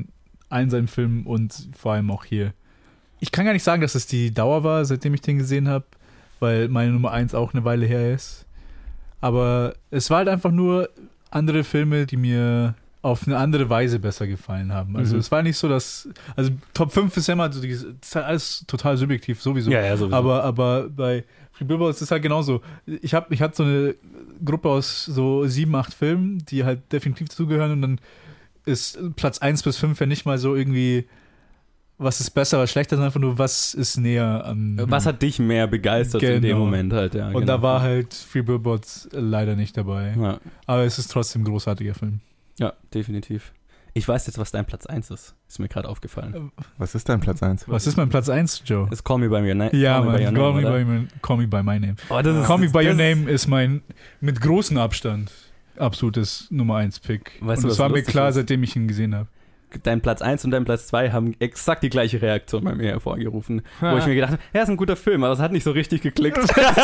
allen seinen Filmen und vor allem auch hier. Ich kann gar nicht sagen, dass es die Dauer war, seitdem ich den gesehen habe, weil meine Nummer eins auch eine Weile her ist. Aber es war halt einfach nur andere Filme, die mir auf eine andere Weise besser gefallen haben. Also Mhm. es war nicht so, dass, also Top fünf ist ja immer, so die, das ist halt alles total subjektiv, sowieso. Ja, ja, sowieso. Aber, aber bei Three Billboards ist es halt genauso. Ich, hab, ich hatte so eine Gruppe aus so sieben, acht Filmen, die halt definitiv dazugehören und dann ist Platz eins bis fünf ja nicht mal so irgendwie, was ist besser, was schlechter, sondern einfach nur, was ist näher an... Was hat dich mehr begeistert in dem Genau. Moment halt, ja. und genau. da war halt Three Billboards leider nicht dabei. Ja. Aber es ist trotzdem ein großartiger Film. ja, definitiv. Ich weiß jetzt, was dein Platz eins ist. Ist mir gerade aufgefallen. Was ist dein Platz eins? Was ist mein Platz eins, Joe? Ist Call Me By Your Name. Ja, Call Me Mann, By Your Call, Name, me oder? by my, Call Me By My Name. Oh, das ist, Call Me By Your das ist- Name ist mein mit großem Abstand absolutes Nummer eins Pick. Weißt und du, das was war mir lustig klar, ist? seitdem ich ihn gesehen habe. Dein Platz eins und dein Platz zwei haben exakt die gleiche Reaktion bei mir hervorgerufen. Wo ich mir gedacht habe, ja, ist ein guter Film, aber es hat nicht so richtig geklickt.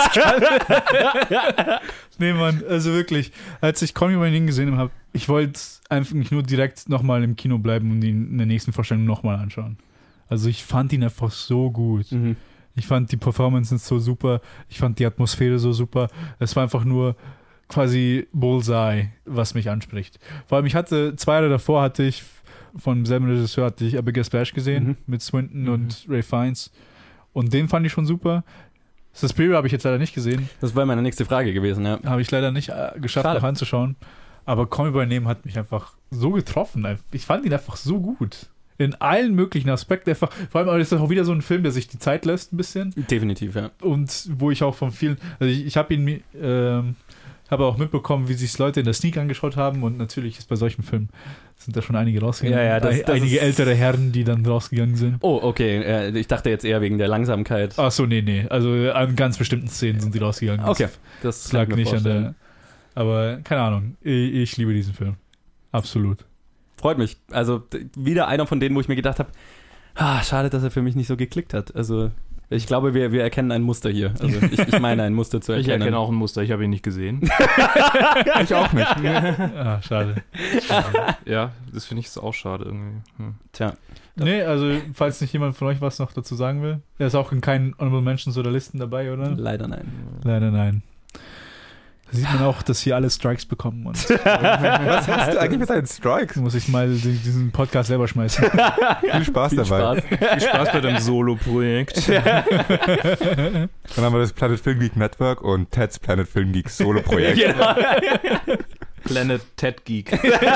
Nee, Mann, also wirklich, als ich Call Me By Your Name gesehen habe, ich wollte einfach nicht nur direkt nochmal im Kino bleiben und ihn in der nächsten Vorstellung nochmal anschauen. Also ich fand ihn einfach so gut. mhm. Ich fand die Performances so super. Ich fand die Atmosphäre so super. Es war einfach nur quasi Bullseye, was mich anspricht. Vor allem, ich hatte, zwei Jahre davor hatte ich, von demselben Regisseur hatte ich Abigail Splash gesehen, Mhm. mit Swinton Mhm. und Ray Fiennes. Und den fand ich schon super. Suspiria habe ich jetzt leider nicht gesehen. Das wäre meine nächste Frage gewesen, ja. Habe ich leider nicht äh, geschafft, Schade. noch anzuschauen. Aber Call Me By Name hat mich einfach so getroffen. Ich fand ihn einfach so gut. In allen möglichen Aspekten. Einfach, vor allem, aber das ist auch wieder so ein Film, der sich die Zeit lässt ein bisschen. Definitiv, ja. Und wo ich auch von vielen, also ich, ich habe ihn, ähm, habe auch mitbekommen, wie sich Leute in der Sneak angeschaut haben und natürlich ist bei solchen Filmen sind da schon einige rausgegangen. Ja, ja, das- das einige ist- ältere Herren, die dann rausgegangen sind. Oh, okay. äh, Ich dachte jetzt eher wegen der Langsamkeit. Ach so, nee, nee. Also an ganz bestimmten Szenen sind die rausgegangen. Das- Okay, das Das kann lag ich mir nicht an vorstellen. der. Aber keine Ahnung. Ich, ich liebe diesen Film. Absolut. Freut mich. Also d- wieder einer von denen, wo ich mir gedacht habe, ah, schade, dass er für mich nicht so geklickt hat. Also ich glaube, wir, wir erkennen ein Muster hier. Also ich, ich meine ein Muster zu Ich erkennen. erkenne auch ein Muster, ich habe ihn nicht gesehen. Ich auch nicht. Ah, schade. Ja, das finde ich auch schade irgendwie. Hm. Tja, Nee, also falls nicht jemand von euch was noch dazu sagen will. Der ist auch in keinen Honorable Mentions oder Listen dabei, oder? leider nein. Leider nein. Da sieht man auch, dass hier alle Strikes bekommen und Was hast du eigentlich mit deinen Strikes? muss ich mal die- diesen Podcast selber schmeißen. Viel Spaß Viel dabei. Spaß. Viel Spaß bei deinem Solo-Projekt. Dann haben wir das Planet Film Geek Network und Ted's Planet Film Geek Solo-Projekt. Genau. Planet Ted Geek.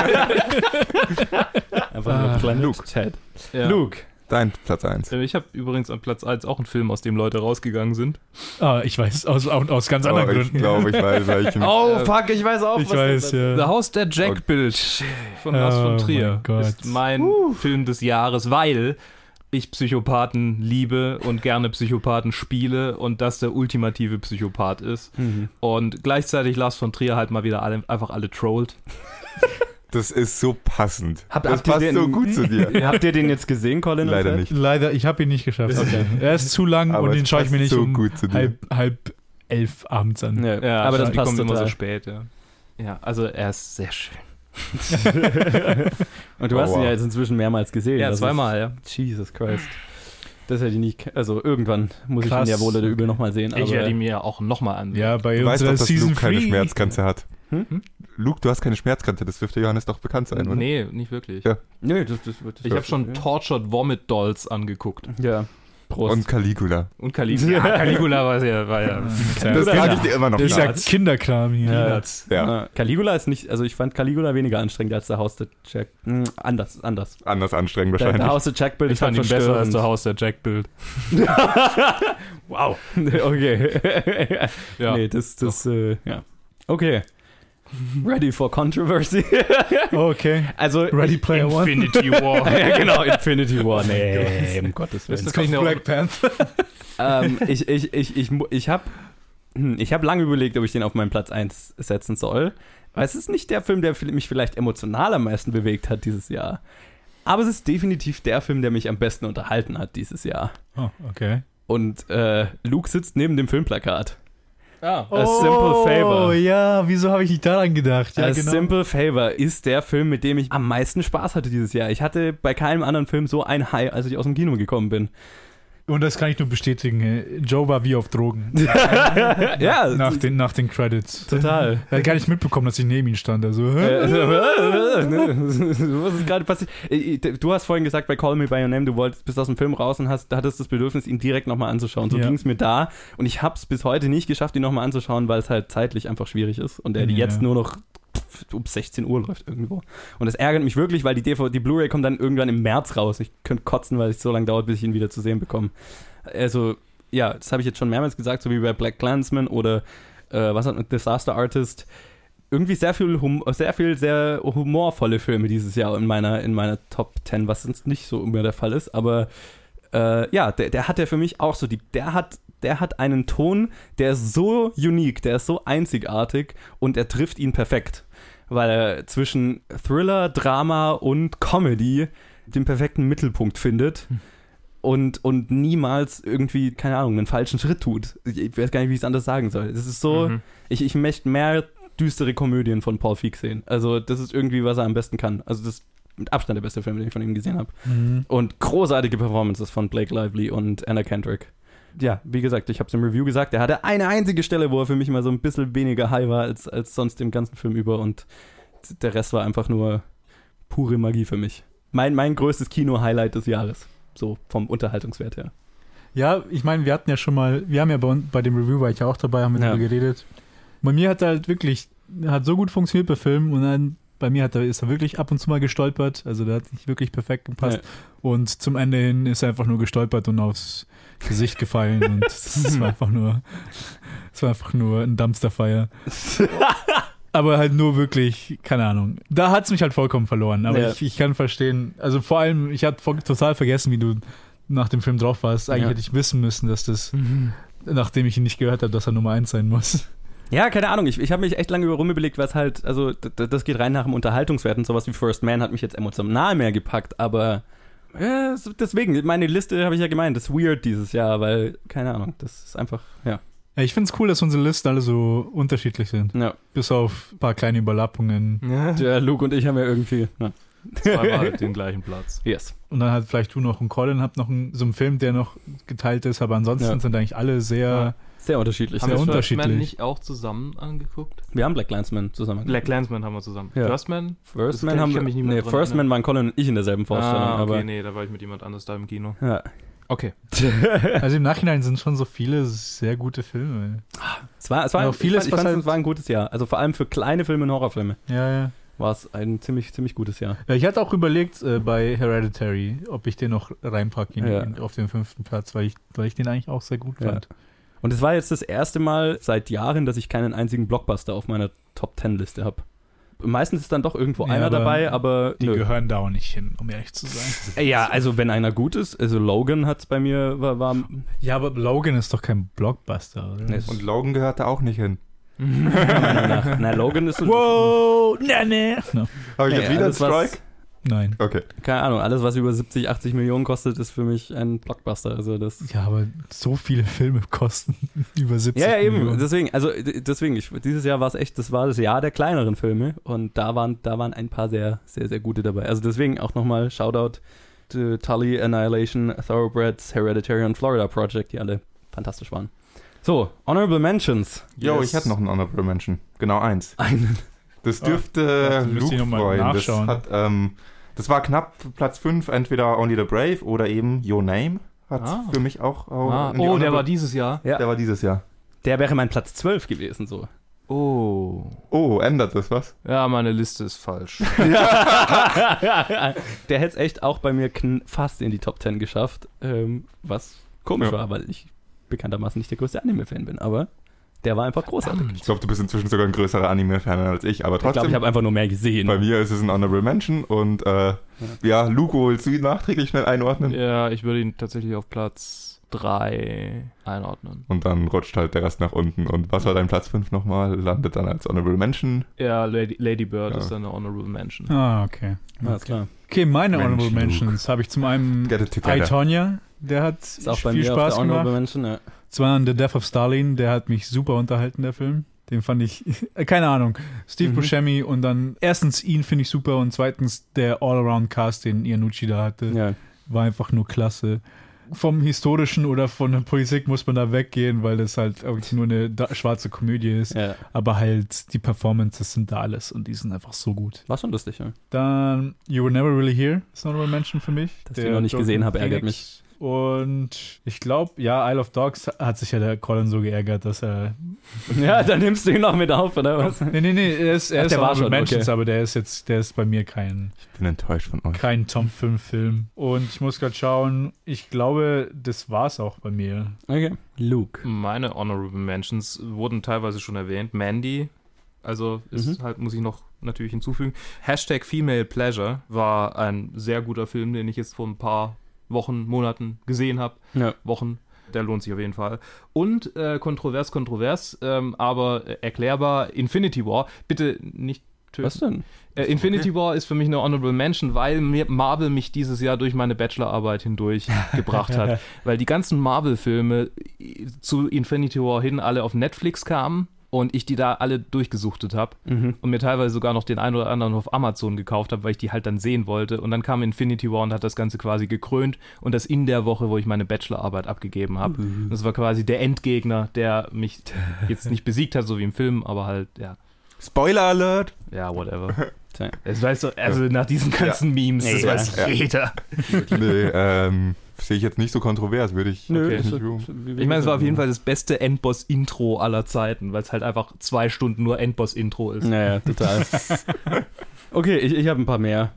Einfach nur Ah, Planet Luke. Ted. Ja. Luke. Dein Platz eins. Ich habe übrigens an Platz eins auch einen Film, aus dem Leute rausgegangen sind. Ah, ich weiß, aus, aus ganz Oh, anderen ich Gründen. glaube, ich weiß welchen. Oh, Äh, fuck, ich weiß auch, ich was weiß, das ja. The Haus der Jack-Bild von Lars Oh von Trier mein Gott. ist mein Film des Jahres, weil ich Psychopathen liebe und gerne Psychopathen spiele und das der ultimative Psychopath ist. Mhm. Und gleichzeitig Lars von Trier halt mal wieder alle, einfach alle trollt. Das ist so passend. Habt- das habt ihr passt den- so gut zu dir. Habt ihr den jetzt gesehen, Colin? und Leider Ted? nicht. Leider, ich habe ihn nicht geschafft. Er ist zu lang Aber und den es schaue ich mir passt nicht so um gut zu dir. halb, halb elf abends an. Ja, Ja, aber das die passt kommt immer so total. spät, ja. Ja, also er ist sehr schön. Und du Oh, hast ihn wow. ja jetzt inzwischen mehrmals gesehen. Ja, Das zweimal, ja. Ist, Jesus Christ. Das hätte ich nicht. Also irgendwann muss Krass. ich ihn ja wohl oder übel nochmal sehen. Ich aber werde ihn mir auch nochmal ansehen. Ja, bei Du weißt unserer doch, dass Season Luke keine drei. Schmerzgrenze hat. Hm? Luke, du hast keine Schmerzgrenze, das dürfte Johannes doch bekannt sein, oder? Nee, nicht wirklich. Ja. Nö, das, das, das Ich habe schon Tortured Vomit Dolls angeguckt. Ja. Prost. Und Caligula. Und Caligula. Ja, Caligula war ja, war ja Das sage ich dir immer noch Das ist ja nach. Kinderkram hier. Ja. Peanuts. Ja, Äh, Caligula ist nicht, also ich fand Caligula weniger anstrengend als der Haus der Jack. Hm, anders, anders. anders anstrengend Der, wahrscheinlich. der Haus der Jack-Bild Ich ist halt fand ihn besser als verstörend. der Haus der Jack-Bild. Wow. Okay. Ja. Nee, das, das, äh, ja. Okay. Ready for Controversy. Okay. Also, Ready Player One. Infinity War. ja, genau, Infinity War. Nee, um Gottes Willen. Das kann ich noch- Black Panther. ähm, ich ich, ich, ich, mu- ich habe ich hab lange überlegt, ob ich den auf meinen Platz eins setzen soll. Weil es ist nicht der Film, der mich vielleicht emotional am meisten bewegt hat dieses Jahr. Aber es ist definitiv der Film, der mich am besten unterhalten hat dieses Jahr. Oh, okay. Und äh, Luke sitzt neben dem Filmplakat. Ah. A Simple Favor. Oh ja, wieso habe ich nicht daran gedacht? Ja, A genau. Simple Favor ist der Film, mit dem ich am meisten Spaß hatte dieses Jahr. Ich hatte bei keinem anderen Film so ein High, als ich aus dem Kino gekommen bin. Und das kann ich nur bestätigen. Joe war wie auf Drogen. Ja, nach, den, nach den Credits. total. Er hat gar nicht mitbekommen, dass ich neben ihm stand. Also, Äh, Was ist gerade passiert? Du hast vorhin gesagt, bei Call Me By Your Name, du wolltest bis aus dem Film raus und hast, hattest das Bedürfnis, ihn direkt nochmal anzuschauen. So Ja. ging es mir da. Und ich habe es bis heute nicht geschafft, ihn nochmal anzuschauen, weil es halt zeitlich einfach schwierig ist. Und er Ja. jetzt nur noch um sechzehn Uhr läuft irgendwo. Und das ärgert mich wirklich, weil die D V D, die Blu-ray kommt dann irgendwann im März raus. Ich könnte kotzen, weil es so lange dauert, bis ich ihn wieder zu sehen bekomme. Also, ja, das habe ich jetzt schon mehrmals gesagt, so wie bei Black Klansman oder äh, was hat mit Disaster Artist. Irgendwie sehr viel, hum- sehr viel sehr humorvolle Filme dieses Jahr in meiner, in meiner Top zehn, was sonst nicht so immer der Fall ist. Aber äh, ja, der, der hat ja für mich auch so, die, der hat der hat einen Ton, der ist so unique, der ist so einzigartig und er trifft ihn perfekt. Weil er zwischen Thriller, Drama und Comedy den perfekten Mittelpunkt findet. Hm. Und, und niemals irgendwie, keine Ahnung, einen falschen Schritt tut. Ich weiß gar nicht, wie ich es anders sagen soll. Das ist so, mhm. ich, ich möchte mehr düstere Komödien von Paul Feig sehen. Also das ist irgendwie, was er am besten kann. Also das ist mit Abstand der beste Film, den ich von ihm gesehen habe. Mhm. Und großartige Performances von Blake Lively und Anna Kendrick. Ja, wie gesagt, ich habe es im Review gesagt, er hatte eine einzige Stelle, wo er für mich mal so ein bisschen weniger high war als, als sonst im ganzen Film über und der Rest war einfach nur pure Magie für mich. Mein, mein größtes Kino-Highlight des Jahres. So vom Unterhaltungswert her. Ja, ich meine, wir hatten ja schon mal, wir haben ja bei, bei dem Review, war ich ja auch dabei, haben wir ja. darüber geredet. Bei mir hat er halt wirklich, hat so gut funktioniert bei Filmen und dann bei mir hat er, ist er wirklich ab und zu mal gestolpert, also der hat nicht wirklich perfekt gepasst ja. und zum Ende hin ist er einfach nur gestolpert und aufs Gesicht gefallen und das war einfach nur, das war einfach nur ein Dumpsterfire. Aber halt nur wirklich, keine Ahnung. Da hat es mich halt vollkommen verloren. Aber ja. ich, ich kann verstehen, also vor allem, ich hatte total vergessen, wie du nach dem Film drauf warst. Eigentlich ja. hätte ich wissen müssen, dass das, mhm. nachdem ich ihn nicht gehört habe, dass er Nummer eins sein muss. Ja, keine Ahnung. Ich, ich habe mich echt lange rum überlegt, was halt, also d- das geht rein nach dem Unterhaltungswert und sowas wie First Man hat mich jetzt emotional mehr gepackt, aber ja, deswegen, meine Liste habe ich ja gemeint, das ist weird dieses Jahr, weil, keine Ahnung, das ist einfach, ja. Ja, ich finde es cool, dass unsere Listen alle so unterschiedlich sind. Ja. Bis auf ein paar kleine Überlappungen. Ja, ja Luke und ich haben ja irgendwie ja. zweimal den gleichen Platz. Yes. Und dann hat vielleicht du noch einen Colin, habt noch einen, so einen Film, der noch geteilt ist, aber ansonsten ja. sind eigentlich alle sehr... Ja. Sehr unterschiedlich. Haben sehr wir unterschiedlich. First Man nicht auch zusammen angeguckt? Wir haben Black Klansman zusammen angeguckt. Black Klansman haben wir zusammen. Ja. First Man? First Man haben wir nicht mehr. Nee, First Man waren Colin und ich in derselben Vorstellung. Ah, okay, aber nee, da war ich mit jemand anders da im Kino. Ja. Okay. Also im Nachhinein sind schon so viele sehr gute Filme. Es war, es war auch vieles, ich fand, ich fand, halt es war ein gutes Jahr. Also vor allem für kleine Filme und Horrorfilme. Ja, ja. War es ein ziemlich, ziemlich gutes Jahr. Ja, ich hatte auch überlegt äh, bei Hereditary, ob ich den noch reinpacke in, ja. in, auf den fünften Platz, weil ich, weil ich den eigentlich auch sehr gut fand. Ja. Und es war jetzt das erste Mal seit Jahren, dass ich keinen einzigen Blockbuster auf meiner Top-Ten-Liste habe. Meistens ist dann doch irgendwo ja, einer aber dabei, aber die nö. gehören da auch nicht hin, um ehrlich zu sein. Ja, also wenn einer gut ist, also Logan hat es bei mir, war, war... Ja, aber Logan ist doch kein Blockbuster, oder? Nee, und Logan gehört da auch nicht hin. na, na, Logan ist... Wow, ne, ne. No. Habe ich nee, jetzt wieder einen Strike? Nein. Okay. Keine Ahnung, alles, was über siebzig, achtzig Millionen kostet, ist für mich ein Blockbuster. Also das ja, aber so viele Filme kosten über siebzig ja, ja, eben. Millionen. Deswegen, also deswegen, ich, dieses Jahr war es echt, das war das Jahr der kleineren Filme und da waren, da waren ein paar sehr, sehr, sehr gute dabei. Also deswegen auch nochmal Shoutout to Tully, Annihilation, Thoroughbreds, Hereditary und Florida Project, die alle fantastisch waren. So, Honorable Mentions. Jo, yes. Ich hatte noch einen Honorable Mention. Genau eins. Einen. Das dürfte oh, Luke freuen. Das, hat, ähm, das war knapp Platz fünf, entweder Only the Brave oder eben Your Name. Hat ah. für mich auch... auch ah. Oh, der war dieses Jahr? Ja. Der war dieses Jahr. Der wäre mein Platz zwölf gewesen, so. Oh. Oh, ändert das was? Ja, meine Liste ist falsch. Der hätte es echt auch bei mir kn- fast in die Top zehn geschafft, ähm, was komisch ja. war, weil ich bekanntermaßen nicht der größte Anime-Fan bin, aber der war einfach großartig. Ich glaube, du bist inzwischen sogar ein größerer Anime-Fan als ich, aber trotzdem... Ich glaube, ich habe einfach nur mehr gesehen. Bei mir ist es ein Honorable Mention und äh, ja. ja, Luko, willst du ihn nachträglich schnell einordnen? Ja, ich würde ihn tatsächlich auf Platz drei einordnen. Und dann rutscht halt der Rest nach unten. Und was war dein Platz fünf nochmal? Landet dann als Honorable Mention? Ja, Lady, Lady Bird ja. ist dann eine Honorable Mention. Ah, okay. Alles klar. Okay, meine Mensch, Honorable Mentions habe ich zum einen I, Tonya, Der hat Ist auch viel bei mir Spaß auf der Honorable gemacht. Mention, ja. Zwar The Death of Stalin, der hat mich super unterhalten, der Film. Den fand ich, keine Ahnung, Steve Mhm. Buscemi und dann erstens ihn finde ich super und zweitens der All-Around-Cast, den Iannucci da hatte, ja. war einfach nur klasse. Vom Historischen oder von der Politik muss man da weggehen, weil das halt irgendwie nur eine da- schwarze Komödie ist. Ja. Aber halt die Performances sind da alles und die sind einfach so gut. War schon lustig, ja. Dann You Were Never Really Here ist noch eine Mention für mich. Dass ich ihn noch nicht gesehen habe, ärgert mich. Und ich glaube, ja, Isle of Dogs hat sich ja der Colin so geärgert, dass er. Ja, dann nimmst du ihn noch mit auf, oder was? Nee, nee, nee, er ist, er Ach, ist der war Honorable schon, Mentions, okay. aber der ist jetzt, der ist bei mir kein, Ich bin enttäuscht von euch. kein Top fünf Film. Und ich muss gerade schauen, ich glaube, das war's auch bei mir. Okay. Luke. Meine Honorable Mentions wurden teilweise schon erwähnt. Mandy, also ist Mhm. halt, muss ich noch natürlich hinzufügen. Hashtag Female Pleasure war ein sehr guter Film, den ich jetzt vor ein paar Wochen, Monaten gesehen habe. Ja. Wochen. Der lohnt sich auf jeden Fall. Und äh, kontrovers, kontrovers, ähm, aber äh, erklärbar, Infinity War. Bitte nicht töten. Was denn? Äh, Infinity War ist für mich eine Honorable Mention, weil mir Marvel mich dieses Jahr durch meine Bachelorarbeit hindurch gebracht hat. Weil die ganzen Marvel-Filme zu Infinity War hin alle auf Netflix kamen und ich die da alle durchgesuchtet habe Mhm. und mir teilweise sogar noch den einen oder anderen auf Amazon gekauft habe, weil ich die halt dann sehen wollte. Und dann kam Infinity War und hat das Ganze quasi gekrönt und das in der Woche, wo ich meine Bachelorarbeit abgegeben habe. Das war quasi der Endgegner, der mich jetzt nicht besiegt hat, so wie im Film, aber halt, ja, Spoiler Alert! ja, whatever. Tja. Das weißt du, also nach diesen ganzen Memes, das Ja. weiß Ja. jeder. Nee, ähm, sehe ich jetzt nicht so kontrovers, würde ich Nö, okay. ist- nicht ruhen. Ich meine, es war auf jeden Fall das beste Endboss-Intro aller Zeiten, weil es halt einfach zwei Stunden nur Endboss-Intro ist. Naja, total. Okay, ich, ich habe ein paar mehr.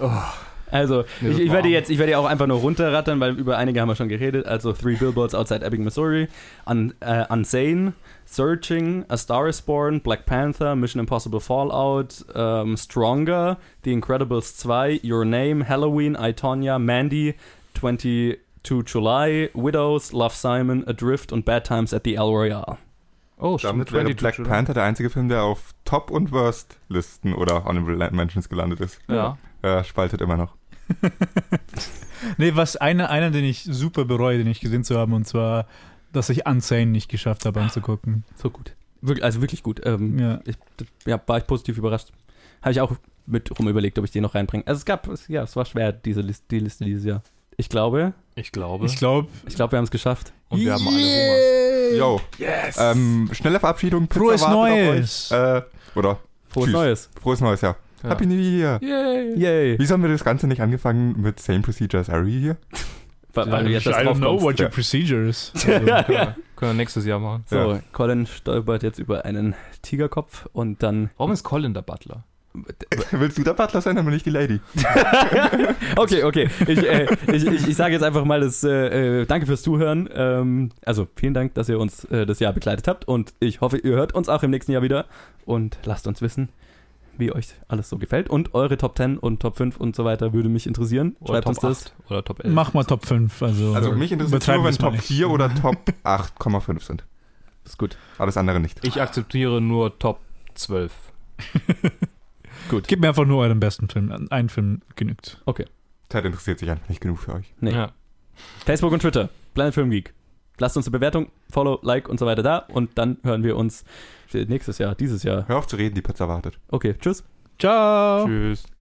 Also, Mir ich, wird ich werde warm. jetzt, ich werde ja auch einfach nur runterrattern, weil über einige haben wir schon geredet. Also Three Billboards Outside Ebbing, Missouri, Un, äh, Unsane, Searching, A Star Is Born, Black Panther, Mission Impossible Fallout, ähm, Stronger, The Incredibles zwei, Your Name, Halloween, I, Tonya, Mandy, twenty-two July, Widows, Love Simon, Adrift und Bad Times at the El Royale. Oh, Damit wäre Black July. Panther der einzige Film, der auf Top- und Worst-Listen oder Honorable Mentions gelandet ist. Ja. Er spaltet immer noch. Nee, was einer, einer, den ich super bereue, den ich gesehen zu haben, und zwar, dass ich Unsane nicht geschafft habe anzugucken. So gut. Wirklich, also wirklich gut. Ähm, Ja. ich, ja, war ich positiv überrascht. Habe ich auch mit rum überlegt, ob ich den noch reinbringe. Also es gab, es- ja, es war schwer, diese Liste, die Liste dieses Jahr. Ich glaube, Ich glaube. Ich glaube. ich glaube, wir haben es geschafft. Und wir haben alle Hunger. Yo. Yes! Ähm, schnelle Verabschiedung. Pizza Frohes wartet auf Neues. euch. Äh, oder Frohes Tschüss. Neues. frohes Neues, ja. Ja. Happy New Year. Yay! Yay. Wieso haben wir das Ganze nicht angefangen mit Same Procedure as Ari hier? Weil, weil du jetzt I erst don't drauf know kommst. what your Ja. procedure is. Also, können, wir, können wir nächstes Jahr machen. So, Ja. Colin stolpert jetzt über einen Tigerkopf und dann. Warum ist Colin der Butler? Willst du der Butler sein, aber nicht die Lady? Okay, okay. Ich, äh, ich, ich, ich sage jetzt einfach mal das äh, äh, Danke fürs Zuhören. Ähm, also vielen Dank, dass ihr uns äh, das Jahr begleitet habt und ich hoffe, ihr hört uns auch im nächsten Jahr wieder und lasst uns wissen, wie euch alles so gefällt und eure Top zehn und Top fünf und so weiter würde mich interessieren. Oder Schreibt Top uns das. acht oder Top elf? Mach mal Top fünf. Also, Also mich interessiert übertreiben nur, wenn wir's mal Top nicht. vier oder Top acht Komma fünf sind. Ist gut. Alles andere nicht. Ich akzeptiere nur Top zwölf. Gut. Gebt mir einfach nur euren besten Film. Ein Film genügt. Ted interessiert sich einfach nicht genug für euch. Nee. Ja. Facebook und Twitter. Planet Film Geek. Lasst uns eine Bewertung, Follow, Like und so weiter da und dann hören wir uns für nächstes Jahr, dieses Jahr. Hör auf zu reden, die Pizza wartet. Okay, tschüss. Ciao. Tschüss.